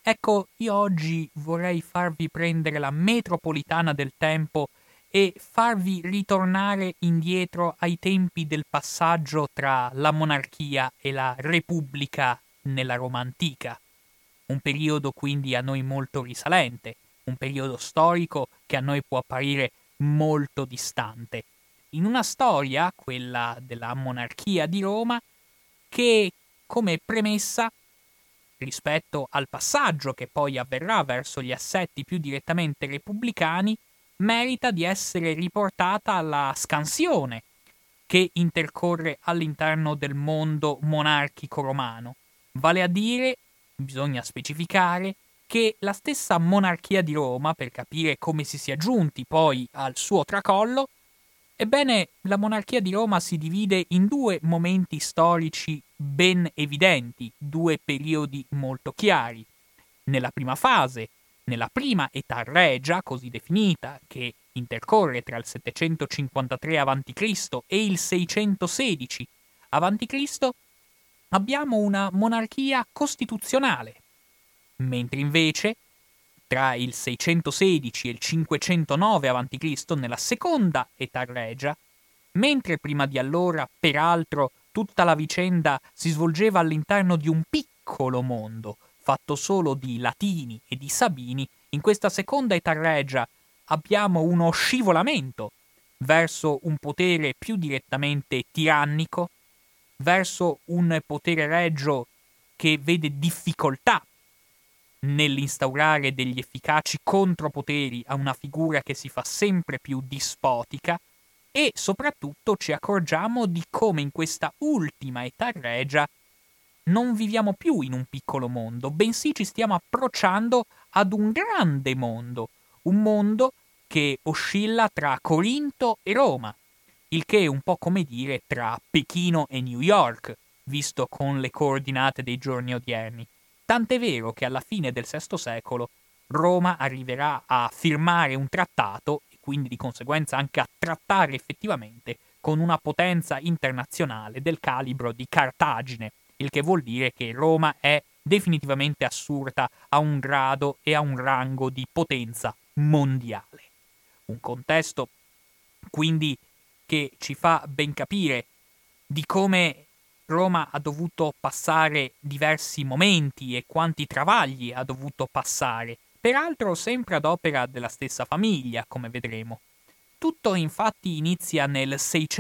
Ecco, io oggi vorrei farvi prendere la metropolitana del tempo e farvi ritornare indietro ai tempi del passaggio tra la monarchia e la repubblica nella Roma antica. Un periodo quindi a noi molto risalente, un periodo storico che a noi può apparire molto distante. In una storia, quella della monarchia di Roma, che come premessa rispetto al passaggio che poi avverrà verso gli assetti più direttamente repubblicani, merita di essere riportata alla scansione che intercorre all'interno del mondo monarchico romano. Vale a dire, bisogna specificare, che la stessa monarchia di Roma, per capire come si sia giunti poi al suo tracollo, ebbene, la monarchia di Roma si divide in due momenti storici ben evidenti, due periodi molto chiari. Nella prima fase, nella prima età regia, così definita, che intercorre tra il 753 a.C. e il 616 a.C., abbiamo una monarchia costituzionale, mentre invece tra il 616 e il 509 a.C., nella seconda età regia, mentre prima di allora, peraltro, tutta la vicenda si svolgeva all'interno di un piccolo mondo, fatto solo di Latini e di Sabini, in questa seconda età regia abbiamo uno scivolamento verso un potere più direttamente tirannico, verso un potere regio che vede difficoltà nell'instaurare degli efficaci contropoteri a una figura che si fa sempre più dispotica e soprattutto ci accorgiamo di come in questa ultima età regia non viviamo più in un piccolo mondo, bensì ci stiamo approcciando ad un grande mondo, un mondo che oscilla tra Corinto e Roma, il che è un po' come dire tra Pechino e New York, visto con le coordinate dei giorni odierni. Tant'è vero che alla fine del VI secolo Roma arriverà a firmare un trattato e quindi di conseguenza anche a trattare effettivamente con una potenza internazionale del calibro di Cartagine, il che vuol dire che Roma è definitivamente assurta a un grado e a un rango di potenza mondiale. Un contesto quindi che ci fa ben capire di come Roma ha dovuto passare diversi momenti e quanti travagli ha dovuto passare, peraltro sempre ad opera della stessa famiglia, come vedremo. Tutto infatti inizia nel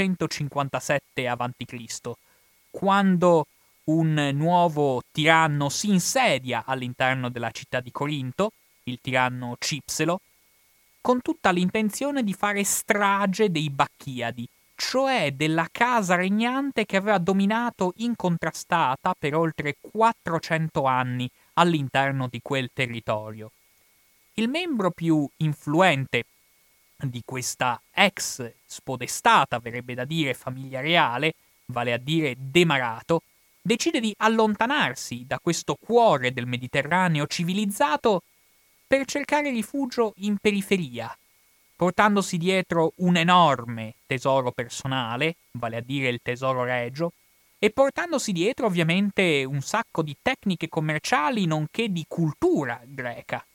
657 a.C., quando un nuovo tiranno si insedia all'interno della città di Corinto, il tiranno Cipselo, con tutta l'intenzione di fare strage dei Bacchiadi, cioè della casa regnante che aveva dominato incontrastata per oltre 400 anni all'interno di quel territorio. Il membro più influente di questa ex spodestata, verrebbe da dire, famiglia reale, vale a dire Demarato, decide di allontanarsi da questo cuore del Mediterraneo civilizzato per cercare rifugio in periferia, portandosi dietro un enorme tesoro personale, vale a dire il tesoro regio, e portandosi dietro ovviamente un sacco di tecniche commerciali nonché di cultura greca.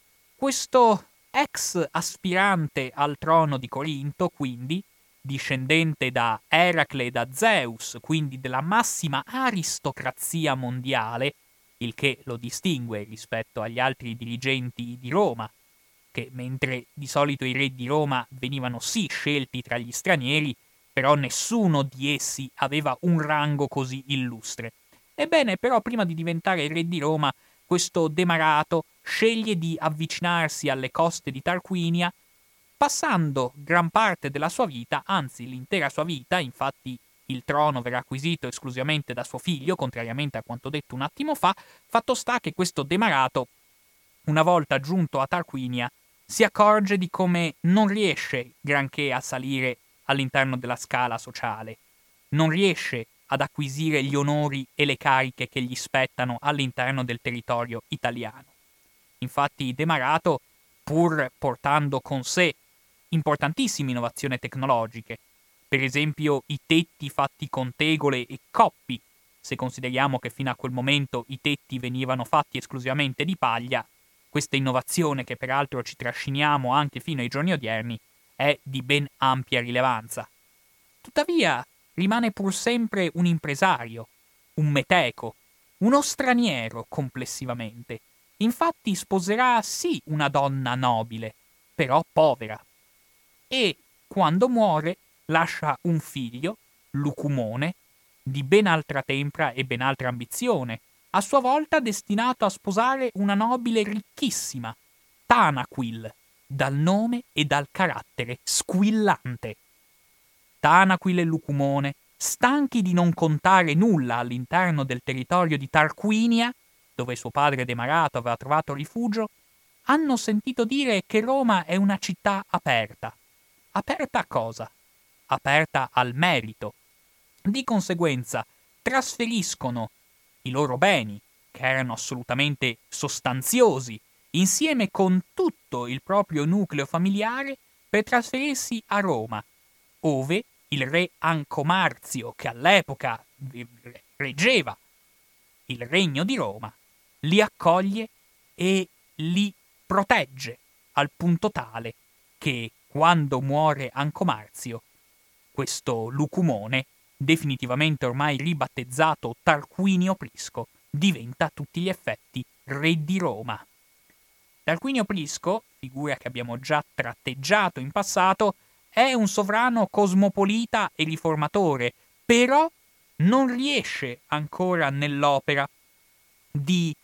Questo ex aspirante al trono di Corinto, quindi, discendente da Eracle e da Zeus, quindi della massima aristocrazia mondiale, il che lo distingue rispetto agli altri dirigenti di Roma, che mentre di solito i re di Roma venivano sì scelti tra gli stranieri, però nessuno di essi aveva un rango così illustre. Ebbene, però, prima di diventare re di Roma, questo Demarato sceglie di avvicinarsi alle coste di Tarquinia, passando gran parte della sua vita, anzi l'intera sua vita, infatti il trono verrà acquisito esclusivamente da suo figlio, contrariamente a quanto detto un attimo fa, fatto sta che questo Demarato, una volta giunto a Tarquinia, si accorge di come non riesce granché a salire all'interno della scala sociale, non riesce ad acquisire gli onori e le cariche che gli spettano all'interno del territorio italiano. Infatti Demarato, pur portando con sé importantissime innovazioni tecnologiche, per esempio i tetti fatti con tegole e coppi, se consideriamo che fino a quel momento i tetti venivano fatti esclusivamente di paglia, questa innovazione, che peraltro ci trasciniamo anche fino ai giorni odierni, è di ben ampia rilevanza. Tuttavia, rimane pur sempre un impresario, un meteco, uno straniero complessivamente. Infatti sposerà sì una donna nobile, però povera. E, quando muore, lascia un figlio, Lucumone, di ben altra tempra e ben altra ambizione, a sua volta destinato a sposare una nobile ricchissima, Tanaquil, dal nome e dal carattere squillante. Tanaquil e Lucumone, stanchi di non contare nulla all'interno del territorio di Tarquinia, dove suo padre Demarato aveva trovato rifugio, hanno sentito dire che Roma è una città aperta. Aperta a cosa? Aperta al merito. Di conseguenza, trasferiscono i loro beni, che erano assolutamente sostanziosi, insieme con tutto il proprio nucleo familiare, per trasferirsi a Roma, ove il re Ancomarzio, che all'epoca reggeva il regno di Roma, li accoglie e li protegge al punto tale che, quando muore Ancomarzio, questo Lucumone, definitivamente ormai ribattezzato Tarquinio Prisco, diventa a tutti gli effetti re di Roma. Tarquinio Prisco, figura che abbiamo già tratteggiato in passato, è un sovrano cosmopolita e riformatore, però non riesce ancora nell'opera di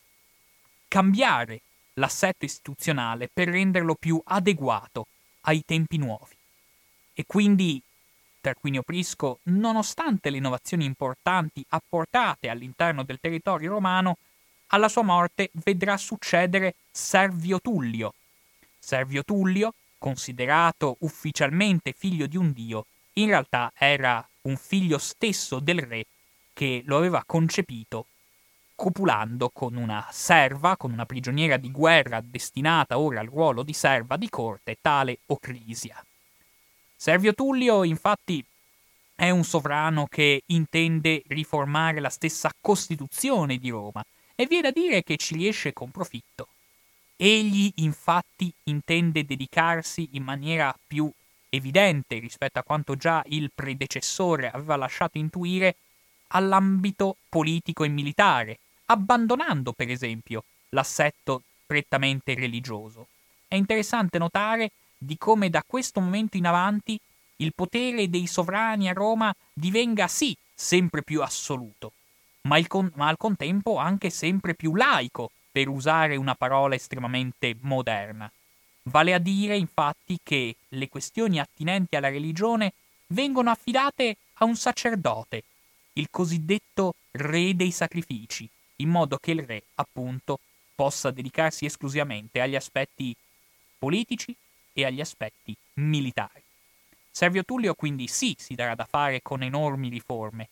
cambiare l'assetto istituzionale per renderlo più adeguato ai tempi nuovi. E quindi Tarquinio Prisco, nonostante le innovazioni importanti apportate all'interno del territorio romano, alla sua morte vedrà succedere Servio Tullio. Servio Tullio, considerato ufficialmente figlio di un dio, in realtà era un figlio stesso del re che lo aveva concepito copulando con una serva, con una prigioniera di guerra destinata ora al ruolo di serva di corte, tale Ocrisia. Servio Tullio, infatti, è un sovrano che intende riformare la stessa Costituzione di Roma e viene da dire che ci riesce con profitto. Egli, infatti, intende dedicarsi in maniera più evidente rispetto a quanto già il predecessore aveva lasciato intuire all'ambito politico e militare, abbandonando, per esempio, l'assetto prettamente religioso. È interessante notare di come da questo momento in avanti il potere dei sovrani a Roma divenga sì sempre più assoluto, ma al contempo anche sempre più laico, per usare una parola estremamente moderna. Vale a dire, infatti, che le questioni attinenti alla religione vengono affidate a un sacerdote, il cosiddetto re dei sacrifici, in modo che il re, appunto, possa dedicarsi esclusivamente agli aspetti politici e agli aspetti militari. Servio Tullio quindi sì si darà da fare con enormi riforme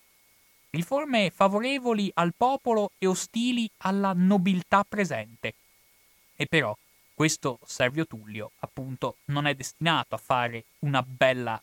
favorevoli al popolo e ostili alla nobiltà presente. E però questo Servio Tullio, appunto, non è destinato a fare una bella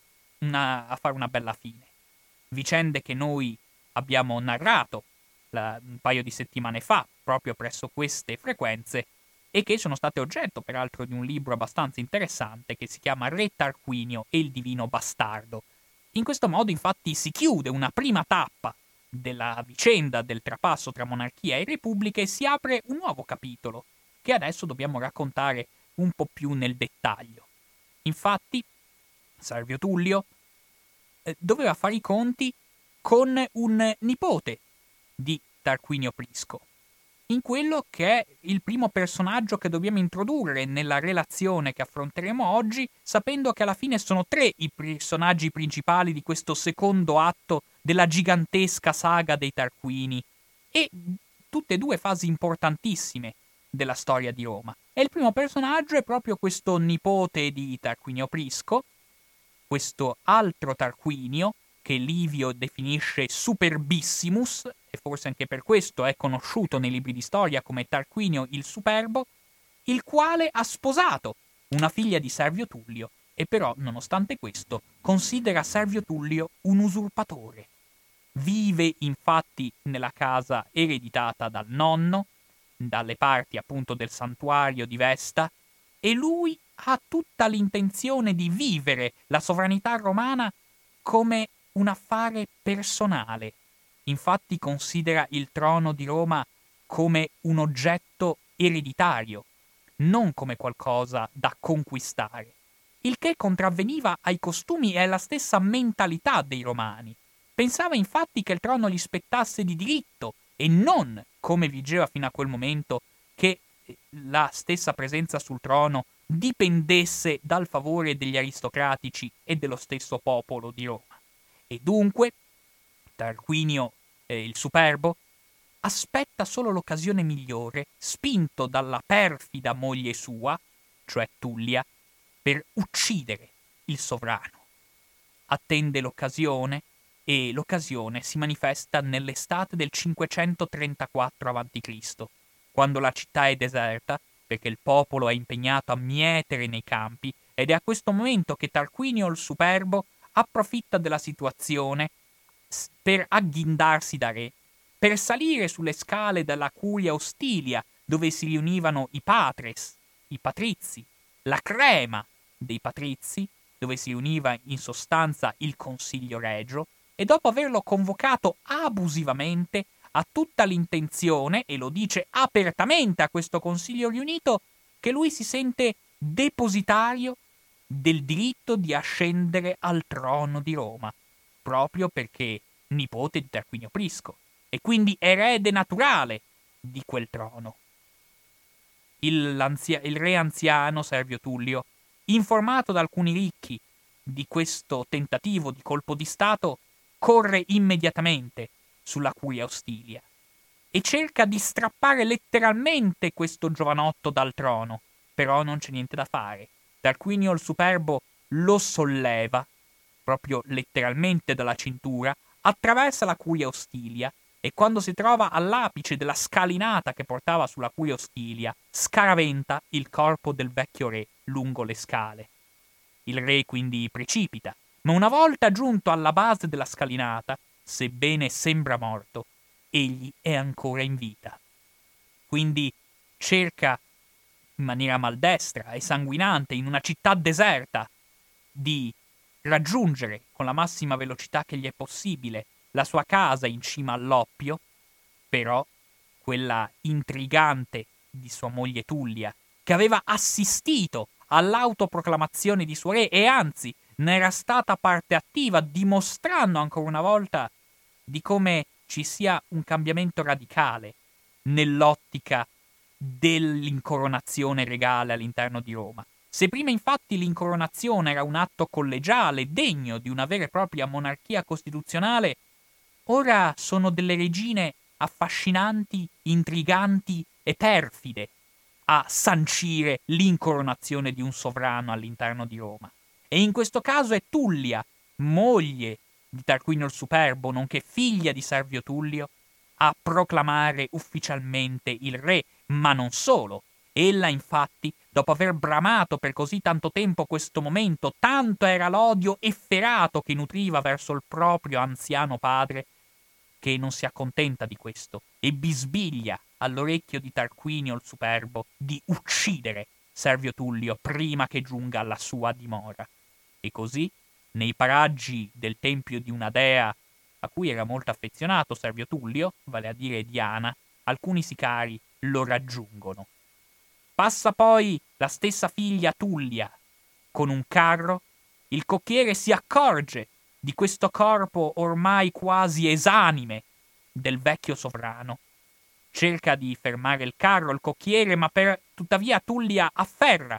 fine. Vicende che noi abbiamo narrato un paio di settimane fa, proprio presso queste frequenze, e che sono state oggetto peraltro di un libro abbastanza interessante che si chiama Re Tarquinio e il Divino Bastardo. In questo modo, infatti, si chiude una prima tappa della vicenda del trapasso tra monarchia e repubblica e si apre un nuovo capitolo, che adesso dobbiamo raccontare un po' più nel dettaglio. Infatti, Servio Tullio doveva fare i conti con un nipote di Tarquinio Prisco, in quello che è il primo personaggio che dobbiamo introdurre nella relazione che affronteremo oggi, sapendo che alla fine sono tre i personaggi principali di questo secondo atto della gigantesca saga dei Tarquini, e tutte e due fasi importantissime della storia di Roma. E il primo personaggio è proprio questo nipote di Tarquinio Prisco, questo altro Tarquinio, che Livio definisce Superbissimus, e forse anche per questo è conosciuto nei libri di storia come Tarquinio il Superbo, il quale ha sposato una figlia di Servio Tullio, e però, nonostante questo, considera Servio Tullio un usurpatore. Vive infatti nella casa ereditata dal nonno, dalle parti appunto del santuario di Vesta, e lui ha tutta l'intenzione di vivere la sovranità romana come un affare personale. Infatti considera il trono di Roma come un oggetto ereditario, non come qualcosa da conquistare, il che contravveniva ai costumi e alla stessa mentalità dei romani. Pensava infatti che il trono gli spettasse di diritto e non, come vigeva fino a quel momento, che la stessa presenza sul trono dipendesse dal favore degli aristocratici e dello stesso popolo di Roma. E dunque Tarquinio il Superbo aspetta solo l'occasione migliore, spinto dalla perfida moglie sua, cioè Tullia, per uccidere il sovrano. Attende l'occasione e l'occasione si manifesta nell'estate del 534 a.C., quando la città è deserta perché il popolo è impegnato a mietere nei campi, ed è a questo momento che Tarquinio il Superbo approfitta della situazione per agghindarsi da re, per salire sulle scale della Curia Ostilia, dove si riunivano i patres, i patrizi, la crema dei patrizi, dove si riuniva in sostanza il Consiglio Regio, e dopo averlo convocato abusivamente ha tutta l'intenzione, e lo dice apertamente a questo Consiglio riunito, che lui si sente depositario del diritto di ascendere al trono di Roma, proprio perché nipote di Tarquinio Prisco, e quindi erede naturale di quel trono. Il re anziano Servio Tullio, informato da alcuni ricchi di questo tentativo di colpo di Stato, corre immediatamente sulla Curia Ostilia e cerca di strappare letteralmente questo giovanotto dal trono, però non c'è niente da fare. Tarquinio il Superbo lo solleva, proprio letteralmente dalla cintura, attraversa la Curia Ostilia e quando si trova all'apice della scalinata che portava sulla Curia Ostilia, scaraventa il corpo del vecchio re lungo le scale. Il re quindi precipita, ma una volta giunto alla base della scalinata, sebbene sembra morto, egli è ancora in vita. Quindi cerca in maniera maldestra e sanguinante in una città deserta di raggiungere con la massima velocità che gli è possibile la sua casa in cima all'Oppio, però quella intrigante di sua moglie Tullia, che aveva assistito all'autoproclamazione di suo re e anzi ne era stata parte attiva, dimostrando ancora una volta di come ci sia un cambiamento radicale nell'ottica dell'incoronazione regale all'interno di Roma. Se prima infatti l'incoronazione era un atto collegiale degno di una vera e propria monarchia costituzionale, ora sono delle regine affascinanti, intriganti e perfide a sancire l'incoronazione di un sovrano all'interno di Roma. E in questo caso è Tullia, moglie di Tarquinio il Superbo, nonché figlia di Servio Tullio, a proclamare ufficialmente il re, ma non solo. Ella, infatti, dopo aver bramato per così tanto tempo questo momento, tanto era l'odio efferato che nutriva verso il proprio anziano padre, che non si accontenta di questo e bisbiglia all'orecchio di Tarquinio il Superbo di uccidere Servio Tullio prima che giunga alla sua dimora. E così, nei paraggi del tempio di una dea a cui era molto affezionato Servio Tullio, vale a dire Diana, alcuni sicari lo raggiungono. Passa poi la stessa figlia Tullia con un carro, il cocchiere si accorge di questo corpo ormai quasi esanime del vecchio sovrano. Cerca di fermare il carro, il cocchiere, ma tuttavia Tullia afferra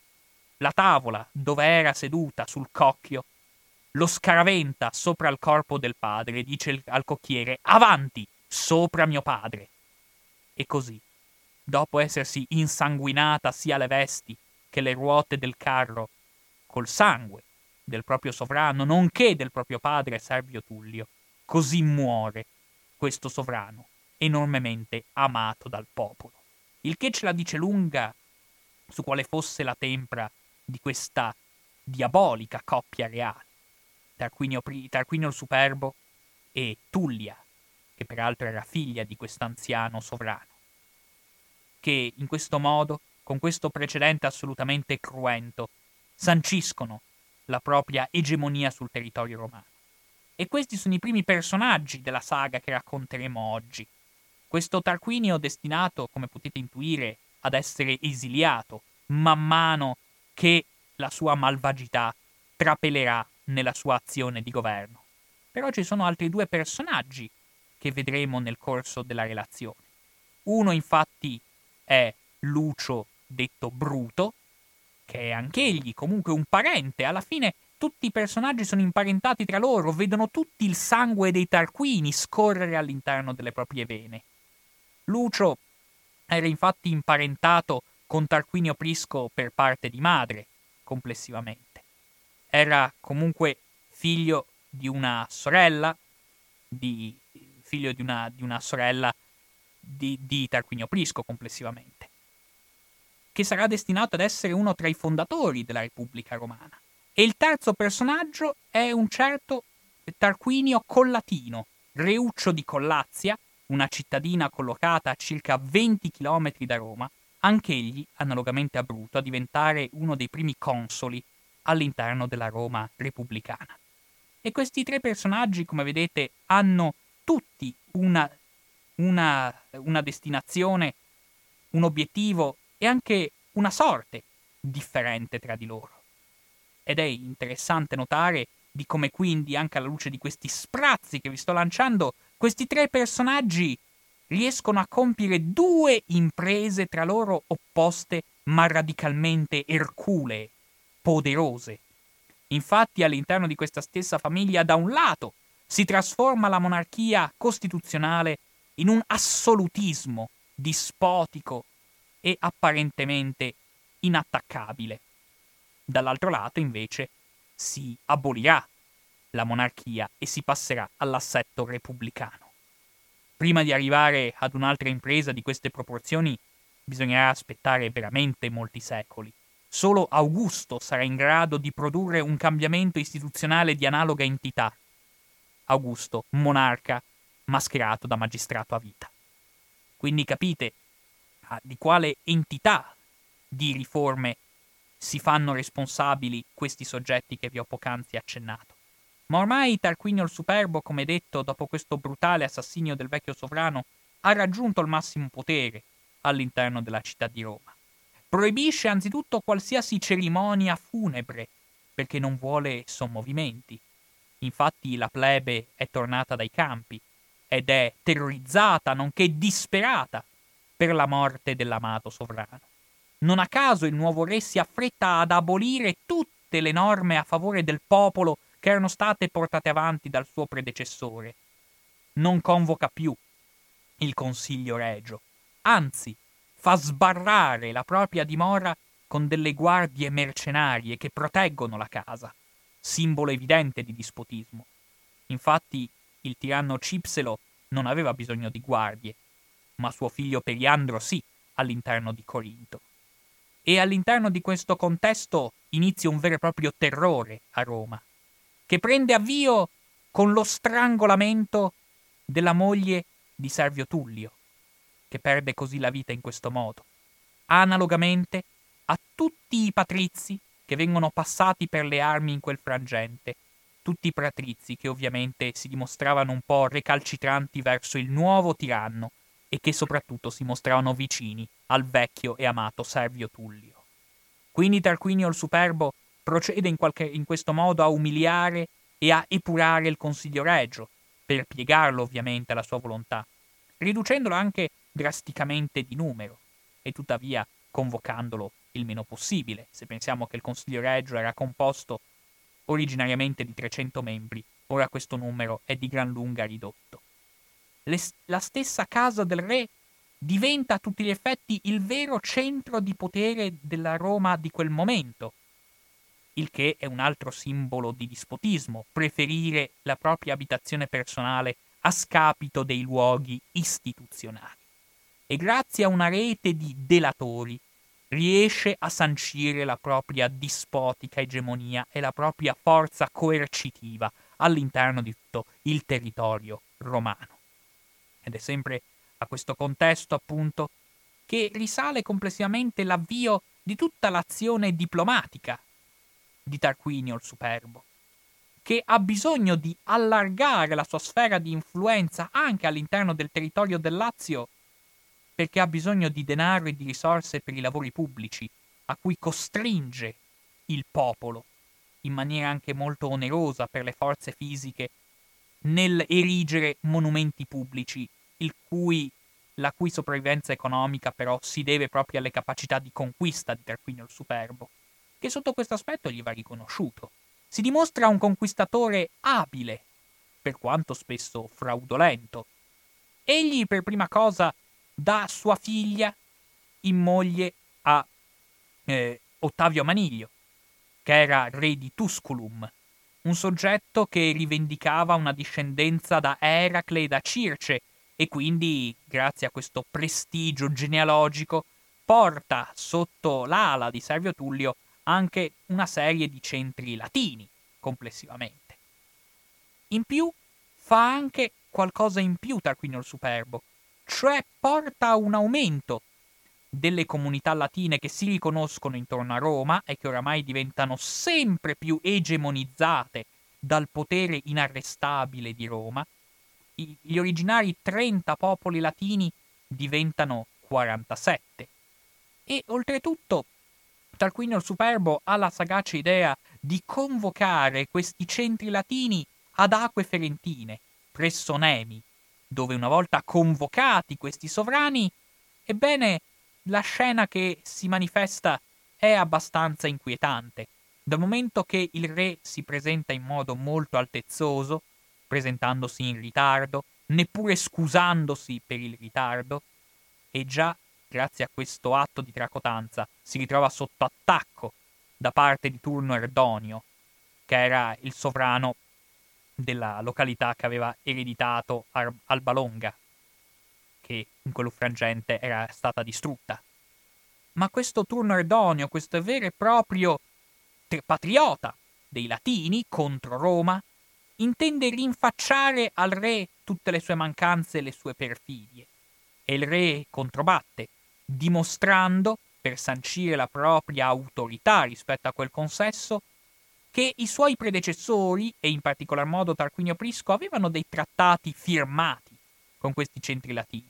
la tavola dove era seduta sul cocchio, lo scaraventa sopra il corpo del padre e dice al cocchiere: avanti, sopra mio padre. E così, dopo essersi insanguinata sia le vesti che le ruote del carro col sangue del proprio sovrano, nonché del proprio padre Servio Tullio, così muore questo sovrano, enormemente amato dal popolo. Il che ce la dice lunga su quale fosse la tempra di questa diabolica coppia reale, Tarquinio il Superbo e Tullia, che peraltro era figlia di quest'anziano sovrano, che in questo modo, con questo precedente assolutamente cruento, sanciscono la propria egemonia sul territorio romano. E questi sono i primi personaggi della saga che racconteremo oggi. Questo Tarquinio destinato, come potete intuire, ad essere esiliato man mano che la sua malvagità trapelerà nella sua azione di governo. Però ci sono altri due personaggi che vedremo nel corso della relazione. Uno infatti è Lucio detto Bruto, che è anch'egli comunque un parente. Alla fine tutti i personaggi sono imparentati tra loro, vedono tutti il sangue dei Tarquini scorrere all'interno delle proprie vene. Lucio era infatti imparentato con Tarquinio Prisco per parte di madre, complessivamente. Era comunque figlio di una sorella, figlio di una sorella di Tarquinio Prisco, complessivamente, che sarà destinato ad essere uno tra i fondatori della Repubblica Romana. E il terzo personaggio è un certo Tarquinio Collatino, reuccio di Collazia, una cittadina collocata a circa 20 km da Roma, anch'egli, analogamente a Bruto, a diventare uno dei primi consoli all'interno della Roma repubblicana. E questi tre personaggi, come vedete, hanno tutti una destinazione, un obiettivo e anche una sorte differente tra di loro. Ed è interessante notare di come quindi, anche alla luce di questi sprazzi che vi sto lanciando, questi tre personaggi riescono a compiere due imprese tra loro opposte ma radicalmente erculee, poderose. Infatti all'interno di questa stessa famiglia, da un lato, si trasforma la monarchia costituzionale in un assolutismo dispotico e apparentemente inattaccabile. Dall'altro lato, invece, si abolirà la monarchia e si passerà all'assetto repubblicano. Prima di arrivare ad un'altra impresa di queste proporzioni, bisognerà aspettare veramente molti secoli. Solo Augusto sarà in grado di produrre un cambiamento istituzionale di analoga entità. Augusto, monarca, mascherato da magistrato a vita. Quindi capite di quale entità di riforme si fanno responsabili questi soggetti che vi ho poc'anzi accennato. Ma ormai Tarquinio il Superbo, come detto, dopo questo brutale assassinio del vecchio sovrano, ha raggiunto il massimo potere all'interno della città di Roma. Proibisce anzitutto qualsiasi cerimonia funebre, perché non vuole sommovimenti. Infatti la plebe è tornata dai campi ed è terrorizzata, nonché disperata, per la morte dell'amato sovrano. Non a caso il nuovo re si affretta ad abolire tutte le norme a favore del popolo che erano state portate avanti dal suo predecessore. Non convoca più il Consiglio Regio, anzi fa sbarrare la propria dimora con delle guardie mercenarie che proteggono la casa, simbolo evidente di dispotismo. Infatti il tiranno Cipselo non aveva bisogno di guardie, ma suo figlio Periandro sì, all'interno di Corinto. E all'interno di questo contesto inizia un vero e proprio terrore a Roma, che prende avvio con lo strangolamento della moglie di Servio Tullio, che perde così la vita in questo modo, analogamente a tutti i patrizi che vengono passati per le armi in quel frangente, tutti i patrizi che ovviamente si dimostravano un po' recalcitranti verso il nuovo tiranno e che soprattutto si mostravano vicini al vecchio e amato Servio Tullio. Quindi Tarquinio il Superbo procede in questo modo a umiliare e a epurare il Consiglio Regio, per piegarlo ovviamente alla sua volontà, riducendolo anche drasticamente di numero, e tuttavia convocandolo il meno possibile, se pensiamo che il Consiglio Regio era composto originariamente di 300 membri, ora questo numero è di gran lunga ridotto. La stessa casa del re diventa a tutti gli effetti il vero centro di potere della Roma di quel momento, il che è un altro simbolo di dispotismo, preferire la propria abitazione personale a scapito dei luoghi istituzionali. E grazie a una rete di delatori riesce a sancire la propria dispotica egemonia e la propria forza coercitiva all'interno di tutto il territorio romano. Ed è sempre a questo contesto, appunto, che risale complessivamente l'avvio di tutta l'azione diplomatica di Tarquinio il Superbo, che ha bisogno di allargare la sua sfera di influenza anche all'interno del territorio del Lazio, perché ha bisogno di denaro e di risorse per i lavori pubblici, a cui costringe il popolo, in maniera anche molto onerosa per le forze fisiche, nel erigere monumenti pubblici, la cui sopravvivenza economica però si deve proprio alle capacità di conquista di Tarquinio il Superbo, che sotto questo aspetto gli va riconosciuto. Si dimostra un conquistatore abile, per quanto spesso fraudolento. Egli per prima cosa dà sua figlia in moglie a Ottavio Maniglio, che era re di Tusculum, un soggetto che rivendicava una discendenza da Eracle e da Circe, e quindi, grazie a questo prestigio genealogico, porta sotto l'ala di Servio Tullio anche una serie di centri latini, complessivamente. In più, fa anche qualcosa in più Tarquinio il Superbo, cioè porta un aumento delle comunità latine che si riconoscono intorno a Roma e che oramai diventano sempre più egemonizzate dal potere inarrestabile di Roma. Gli originari 30 popoli latini diventano 47. E oltretutto Tarquinio il Superbo ha la sagace idea di convocare questi centri latini ad Acque Ferentine, presso Nemi, dove una volta convocati questi sovrani, ebbene, la scena che si manifesta è abbastanza inquietante, dal momento che il re si presenta in modo molto altezzoso, presentandosi in ritardo, neppure scusandosi per il ritardo, e già, grazie a questo atto di tracotanza, si ritrova sotto attacco da parte di Turno Erdonio, che era il sovrano della località che aveva ereditato Alba Longa, che in quello frangente era stata distrutta. Ma questo Turno Erdonio, questo vero e proprio patriota dei Latini contro Roma, intende rinfacciare al re tutte le sue mancanze e le sue perfidie. E il re controbatte, dimostrando, per sancire la propria autorità rispetto a quel consesso, che i suoi predecessori, e in particolar modo Tarquinio Prisco, avevano dei trattati firmati con questi centri latini.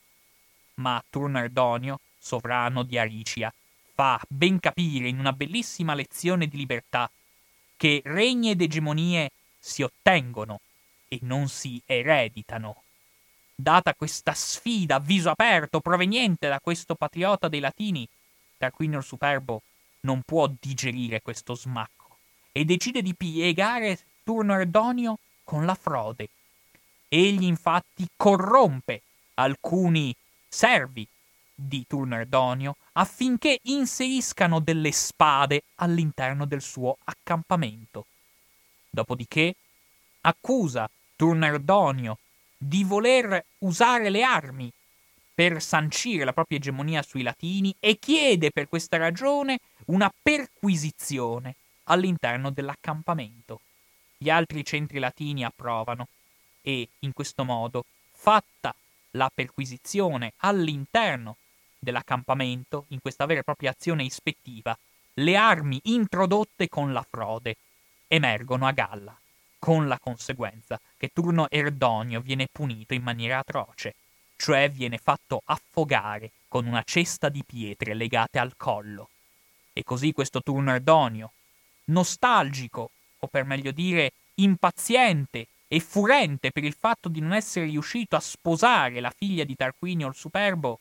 Ma Turno Erdonio, sovrano di Aricia, fa ben capire in una bellissima lezione di libertà che regni ed egemonie si ottengono e non si ereditano. Data questa sfida a viso aperto proveniente da questo patriota dei Latini, Tarquinio il Superbo non può digerire questo smacco e decide di piegare Turno Erdonio con la frode. Egli infatti corrompe alcuni servi di Turno Erdonio affinché inseriscano delle spade all'interno del suo accampamento. Dopodiché accusa Turno Erdonio di voler usare le armi per sancire la propria egemonia sui Latini e chiede per questa ragione una perquisizione all'interno dell'accampamento. Gli altri centri latini approvano e in questo modo, fatta la perquisizione all'interno dell'accampamento, in questa vera e propria azione ispettiva, le armi introdotte con la frode emergono a galla, con la conseguenza che Turno Erdonio viene punito in maniera atroce, cioè viene fatto affogare con una cesta di pietre legate al collo. E così questo Turno Erdonio, nostalgico, o per meglio dire impaziente e furente per il fatto di non essere riuscito a sposare la figlia di Tarquinio il Superbo,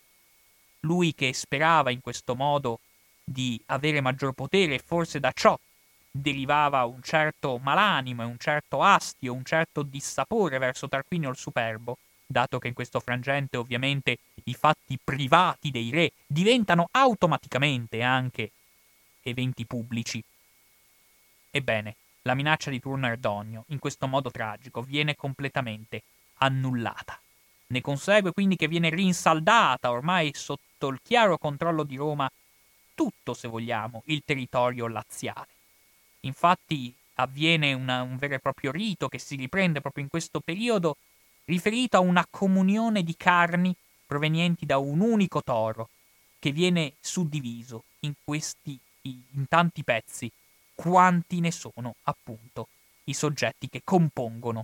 lui che sperava in questo modo di avere maggior potere e forse da ciò derivava un certo malanimo e un certo astio, un certo dissapore verso Tarquinio il Superbo, dato che in questo frangente ovviamente i fatti privati dei re diventano automaticamente anche eventi pubblici. Ebbene, la minaccia di Turno Erdonio, in questo modo tragico, viene completamente annullata. Ne consegue quindi che viene rinsaldata, ormai sotto il chiaro controllo di Roma, tutto, se vogliamo, il territorio laziale. Infatti, avviene un vero e proprio rito che si riprende proprio in questo periodo, riferito a una comunione di carni provenienti da un unico toro, che viene suddiviso in tanti pezzi, quanti ne sono appunto i soggetti che compongono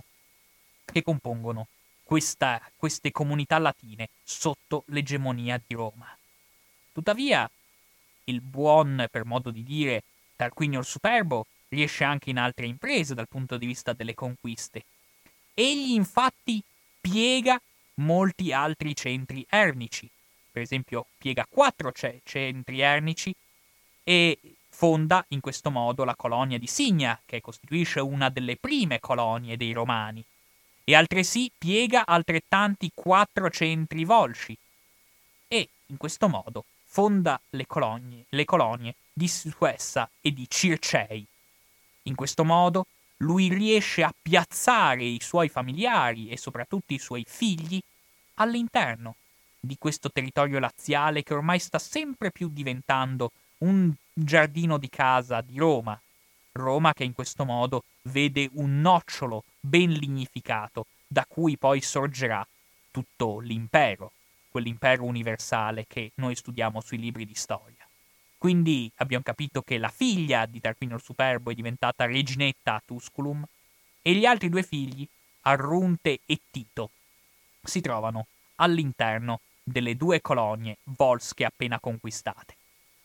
queste comunità latine sotto l'egemonia di Roma. Tuttavia, il buon, per modo di dire, Tarquinio il Superbo riesce anche in altre imprese dal punto di vista delle conquiste. Egli infatti piega molti altri centri ernici. Per esempio, piega 4 centri ernici e fonda in questo modo la colonia di Signa, che costituisce una delle prime colonie dei Romani, e altresì piega altrettanti 4 centri volsci, e in questo modo fonda le colonie di Suessa e di Circei. In questo modo lui riesce a piazzare i suoi familiari e soprattutto i suoi figli all'interno di questo territorio laziale che ormai sta sempre più diventando un giardino di casa di Roma. Roma che in questo modo vede un nocciolo ben lignificato da cui poi sorgerà tutto l'impero, quell'impero universale che noi studiamo sui libri di storia. Quindi abbiamo capito che la figlia di Tarquinio il Superbo è diventata reginetta a Tusculum e gli altri 2 figli, Arrunte e Tito, si trovano all'interno delle 2 colonie volsche appena conquistate.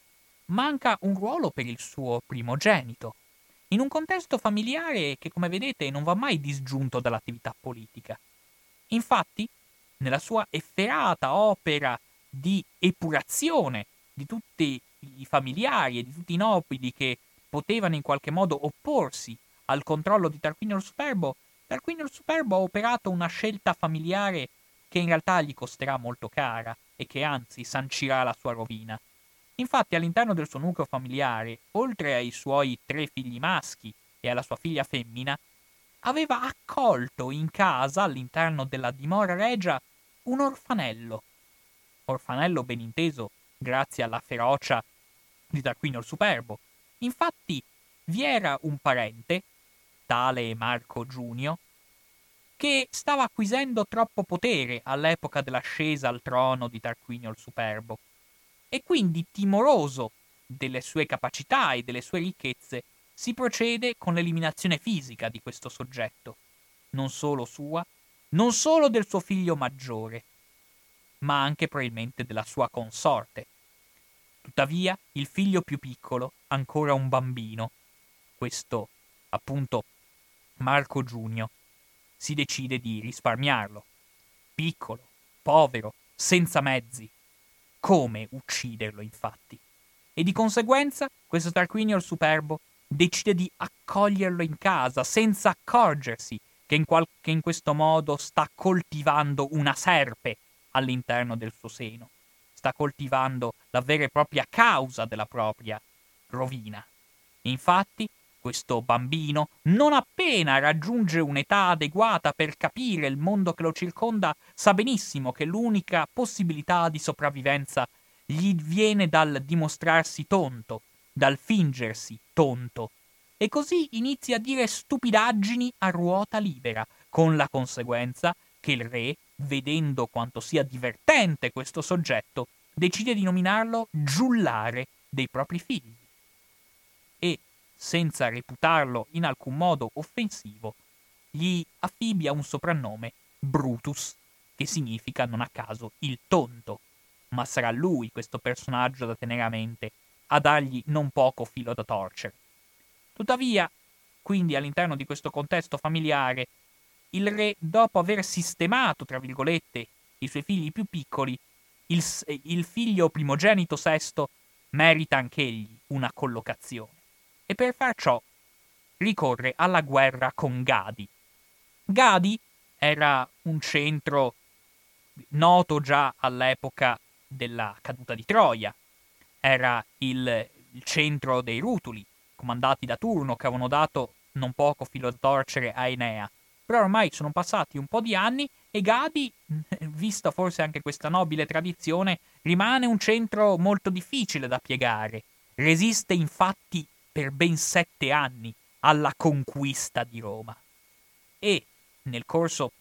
Manca un ruolo per il suo primogenito, in un contesto familiare che, come vedete, non va mai disgiunto dall'attività politica. Infatti, nella sua efferata opera di epurazione di tutti i familiari e di tutti i nobili che potevano in qualche modo opporsi al controllo di Tarquinio il Superbo, Tarquinio il Superbo ha operato una scelta familiare che in realtà gli costerà molto cara e che anzi sancirà la sua rovina. Infatti all'interno del suo nucleo familiare, oltre ai suoi 3 figli maschi e alla sua figlia femmina, aveva accolto in casa, all'interno della dimora regia, un orfanello ben inteso grazie alla ferocia di Tarquinio il Superbo. Infatti vi era un parente, tale Marco Giunio, che stava acquisendo troppo potere all'epoca dell'ascesa al trono di Tarquinio il Superbo, e quindi, timoroso delle sue capacità e delle sue ricchezze, si procede con l'eliminazione fisica di questo soggetto, non solo sua, non solo del suo figlio maggiore, ma anche probabilmente della sua consorte. Tuttavia, il figlio più piccolo, ancora un bambino, questo appunto Marco Giunio, si decide di risparmiarlo. Piccolo, povero, senza mezzi. Come ucciderlo, infatti? E di conseguenza questo Tarquinio il Superbo decide di accoglierlo in casa senza accorgersi che in questo modo sta coltivando una serpe all'interno del suo seno. Sta coltivando la vera e propria causa della propria rovina. Infatti, questo bambino, non appena raggiunge un'età adeguata per capire il mondo che lo circonda, sa benissimo che l'unica possibilità di sopravvivenza gli viene dal dimostrarsi tonto, dal fingersi tonto, e così inizia a dire stupidaggini a ruota libera, con la conseguenza che il re, vedendo quanto sia divertente questo soggetto, decide di nominarlo giullare dei propri figli. E, senza reputarlo in alcun modo offensivo, gli affibbia un soprannome, Brutus, che significa non a caso il tonto. Ma sarà lui, questo personaggio da tenere a mente, a dargli non poco filo da torcere. Tuttavia, quindi all'interno di questo contesto familiare, il re, dopo aver sistemato, tra virgolette, i suoi figli più piccoli, il figlio primogenito Sesto merita anch'egli una collocazione. E per far ciò ricorre alla guerra con Gadi. Gadi era un centro noto già all'epoca della caduta di Troia. Era il centro dei Rutuli, comandati da Turno, che avevano dato non poco filo da torcere a Enea. Però ormai sono passati un po' di anni e Gadi, vista forse anche questa nobile tradizione, rimane un centro molto difficile da piegare. Resiste infatti per ben 7 anni alla conquista di Roma. E nel corso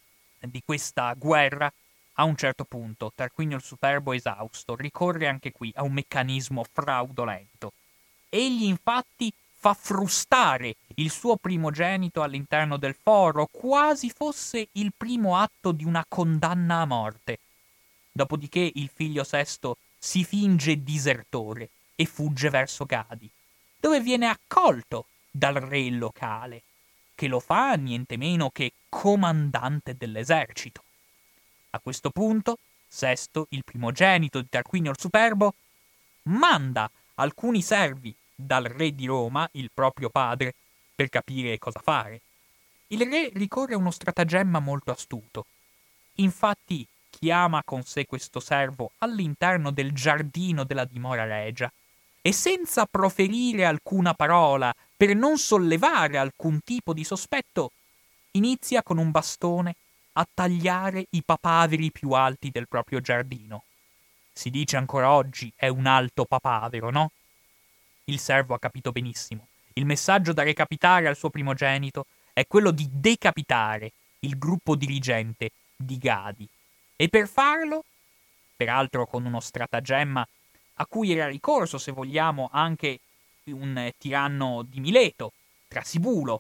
di questa guerra, a un certo punto, Tarquinio il Superbo, esausto, ricorre anche qui a un meccanismo fraudolento. Egli infatti fa frustare il suo primogenito all'interno del foro, quasi fosse il primo atto di una condanna a morte. Dopodiché il figlio sesto si finge disertore e fugge verso Gadi, dove viene accolto dal re locale, che lo fa niente meno che comandante dell'esercito. A questo punto, Sesto, il primogenito di Tarquinio il Superbo, manda alcuni servi dal re di Roma, il proprio padre, per capire cosa fare. Il re ricorre a uno stratagemma molto astuto. Infatti chiama con sé questo servo all'interno del giardino della dimora regia e senza proferire alcuna parola per non sollevare alcun tipo di sospetto, inizia con un bastone a tagliare i papaveri più alti del proprio giardino. Si dice ancora oggi è un alto papavero, no? Il servo ha capito benissimo. Il messaggio da recapitare al suo primogenito è quello di decapitare il gruppo dirigente di Gadi. E per farlo, peraltro con uno stratagemma a cui era ricorso, se vogliamo, anche un tiranno di Mileto, Trasibulo,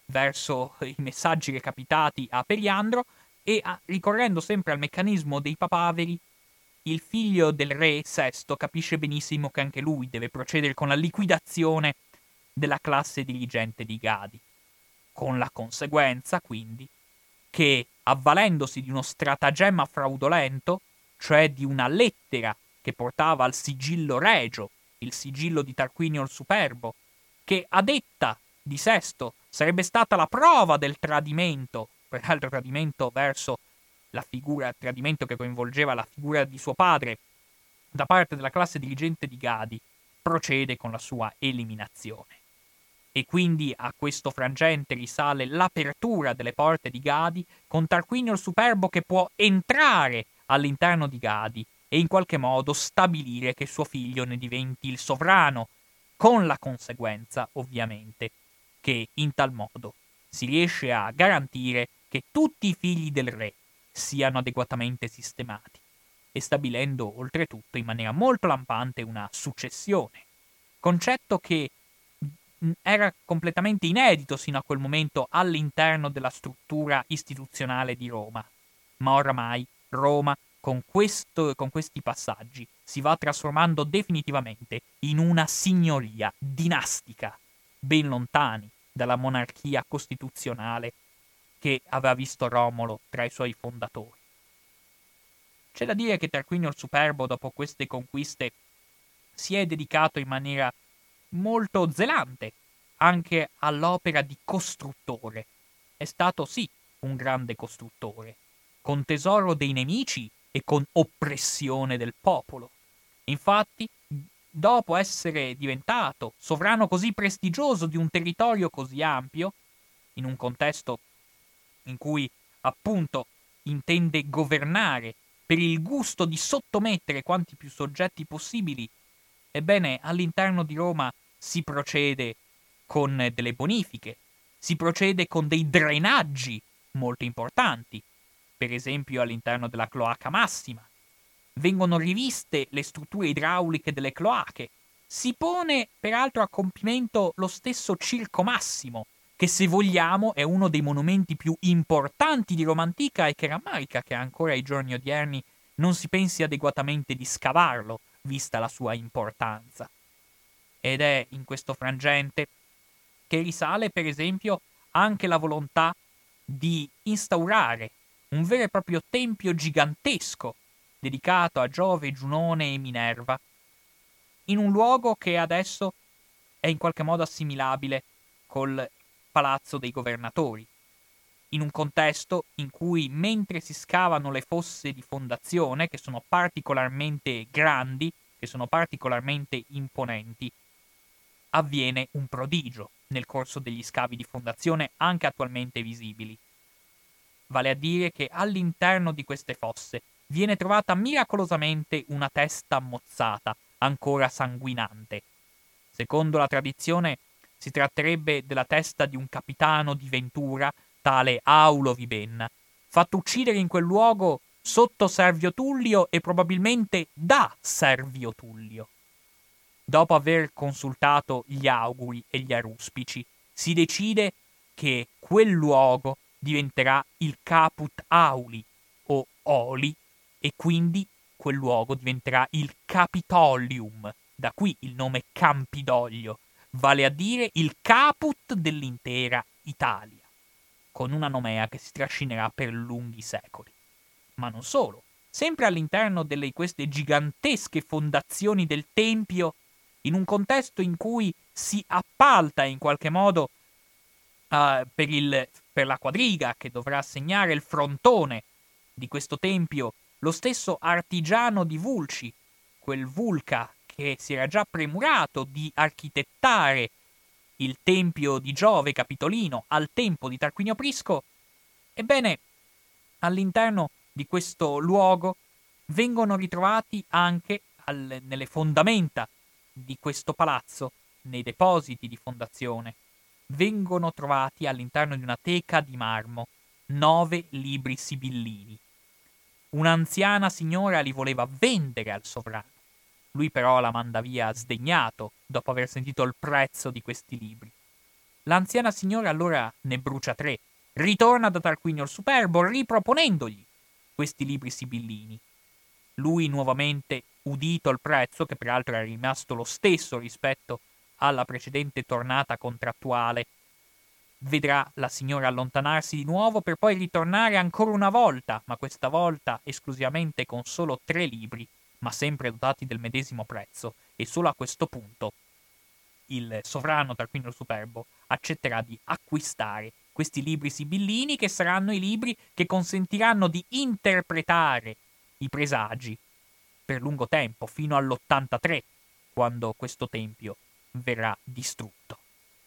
verso i messaggi recapitati a Periandro, e ricorrendo sempre al meccanismo dei papaveri, il figlio del re Sesto capisce benissimo che anche lui deve procedere con la liquidazione della classe dirigente di Gadi, con la conseguenza, quindi, che, avvalendosi di uno stratagemma fraudolento, cioè di una lettera che portava al sigillo regio, il sigillo di Tarquinio il Superbo, che a detta di Sesto sarebbe stata la prova del tradimento, peraltro tradimento verso la figura, tradimento che coinvolgeva la figura di suo padre, da parte della classe dirigente di Gadi, procede con la sua eliminazione. E quindi a questo frangente risale l'apertura delle porte di Gadi, con Tarquinio il Superbo che può entrare all'interno di Gadi e in qualche modo stabilire che suo figlio ne diventi il sovrano, con la conseguenza, ovviamente, che in tal modo si riesce a garantire che tutti i figli del re siano adeguatamente sistemati e stabilendo oltretutto in maniera molto lampante una successione, concetto che era completamente inedito sino a quel momento all'interno della struttura istituzionale di Roma. Ma oramai Roma, con questi passaggi, si va trasformando definitivamente in una signoria dinastica, ben lontani dalla monarchia costituzionale che aveva visto Romolo tra i suoi fondatori. C'è da dire che Tarquinio il Superbo, dopo queste conquiste, si è dedicato in maniera molto zelante anche all'opera di costruttore. È stato sì un grande costruttore, con tesoro dei nemici e con oppressione del popolo. Infatti, dopo essere diventato sovrano così prestigioso di un territorio così ampio, in un contesto in cui appunto intende governare per il gusto di sottomettere quanti più soggetti possibili, ebbene all'interno di Roma si procede con delle bonifiche, si procede con dei drenaggi molto importanti, per esempio all'interno della cloaca massima. Vengono riviste le strutture idrauliche delle cloache. Si pone peraltro a compimento lo stesso Circo Massimo, che se vogliamo è uno dei monumenti più importanti di Roma antica e che rammarica che ancora ai giorni odierni non si pensi adeguatamente di scavarlo, vista la sua importanza. Ed è in questo frangente che risale, per esempio, anche la volontà di instaurare un vero e proprio tempio gigantesco dedicato a Giove, Giunone e Minerva, in un luogo che adesso è in qualche modo assimilabile col Palazzo dei Governatori, in un contesto in cui mentre si scavano le fosse di fondazione, che sono particolarmente grandi, che sono particolarmente imponenti, avviene un prodigio nel corso degli scavi di fondazione anche attualmente visibili. Vale a dire che all'interno di queste fosse viene trovata miracolosamente una testa mozzata, ancora sanguinante. Secondo la tradizione Si tratterebbe della testa di un capitano di Ventura, tale Aulo Vibenna, fatto uccidere in quel luogo sotto Servio Tullio e probabilmente da Servio Tullio. Dopo aver consultato gli auguri e gli aruspici, si decide che quel luogo diventerà il Caput Auli o Oli e quindi quel luogo diventerà il Capitolium, da qui il nome Campidoglio, vale a dire il caput dell'intera Italia, con una nomea che si trascinerà per lunghi secoli. Ma non solo, sempre all'interno delle queste gigantesche fondazioni del Tempio, in un contesto in cui si appalta in qualche modo per la quadriga che dovrà segnare il frontone di questo tempio, lo stesso artigiano di Vulci, quel Vulca che si era già premurato di architettare il tempio di Giove Capitolino al tempo di Tarquinio Prisco, ebbene, all'interno di questo luogo vengono ritrovati anche nelle fondamenta di questo palazzo, nei depositi di fondazione, vengono trovati all'interno di una teca di marmo 9 libri sibillini. Un'anziana signora li voleva vendere al sovrano. Lui però la manda via sdegnato dopo aver sentito il prezzo di questi libri. L'anziana signora allora ne brucia 3, ritorna da Tarquinio il Superbo riproponendogli questi libri sibillini. Lui nuovamente, udito il prezzo, che peraltro era rimasto lo stesso rispetto alla precedente tornata contrattuale, vedrà la signora allontanarsi di nuovo per poi ritornare ancora una volta, ma questa volta esclusivamente con solo 3 libri, ma sempre dotati del medesimo prezzo, e solo a questo punto il sovrano Tarquinio il Superbo accetterà di acquistare questi libri sibillini, che saranno i libri che consentiranno di interpretare i presagi per lungo tempo, fino all'83, quando questo tempio verrà distrutto.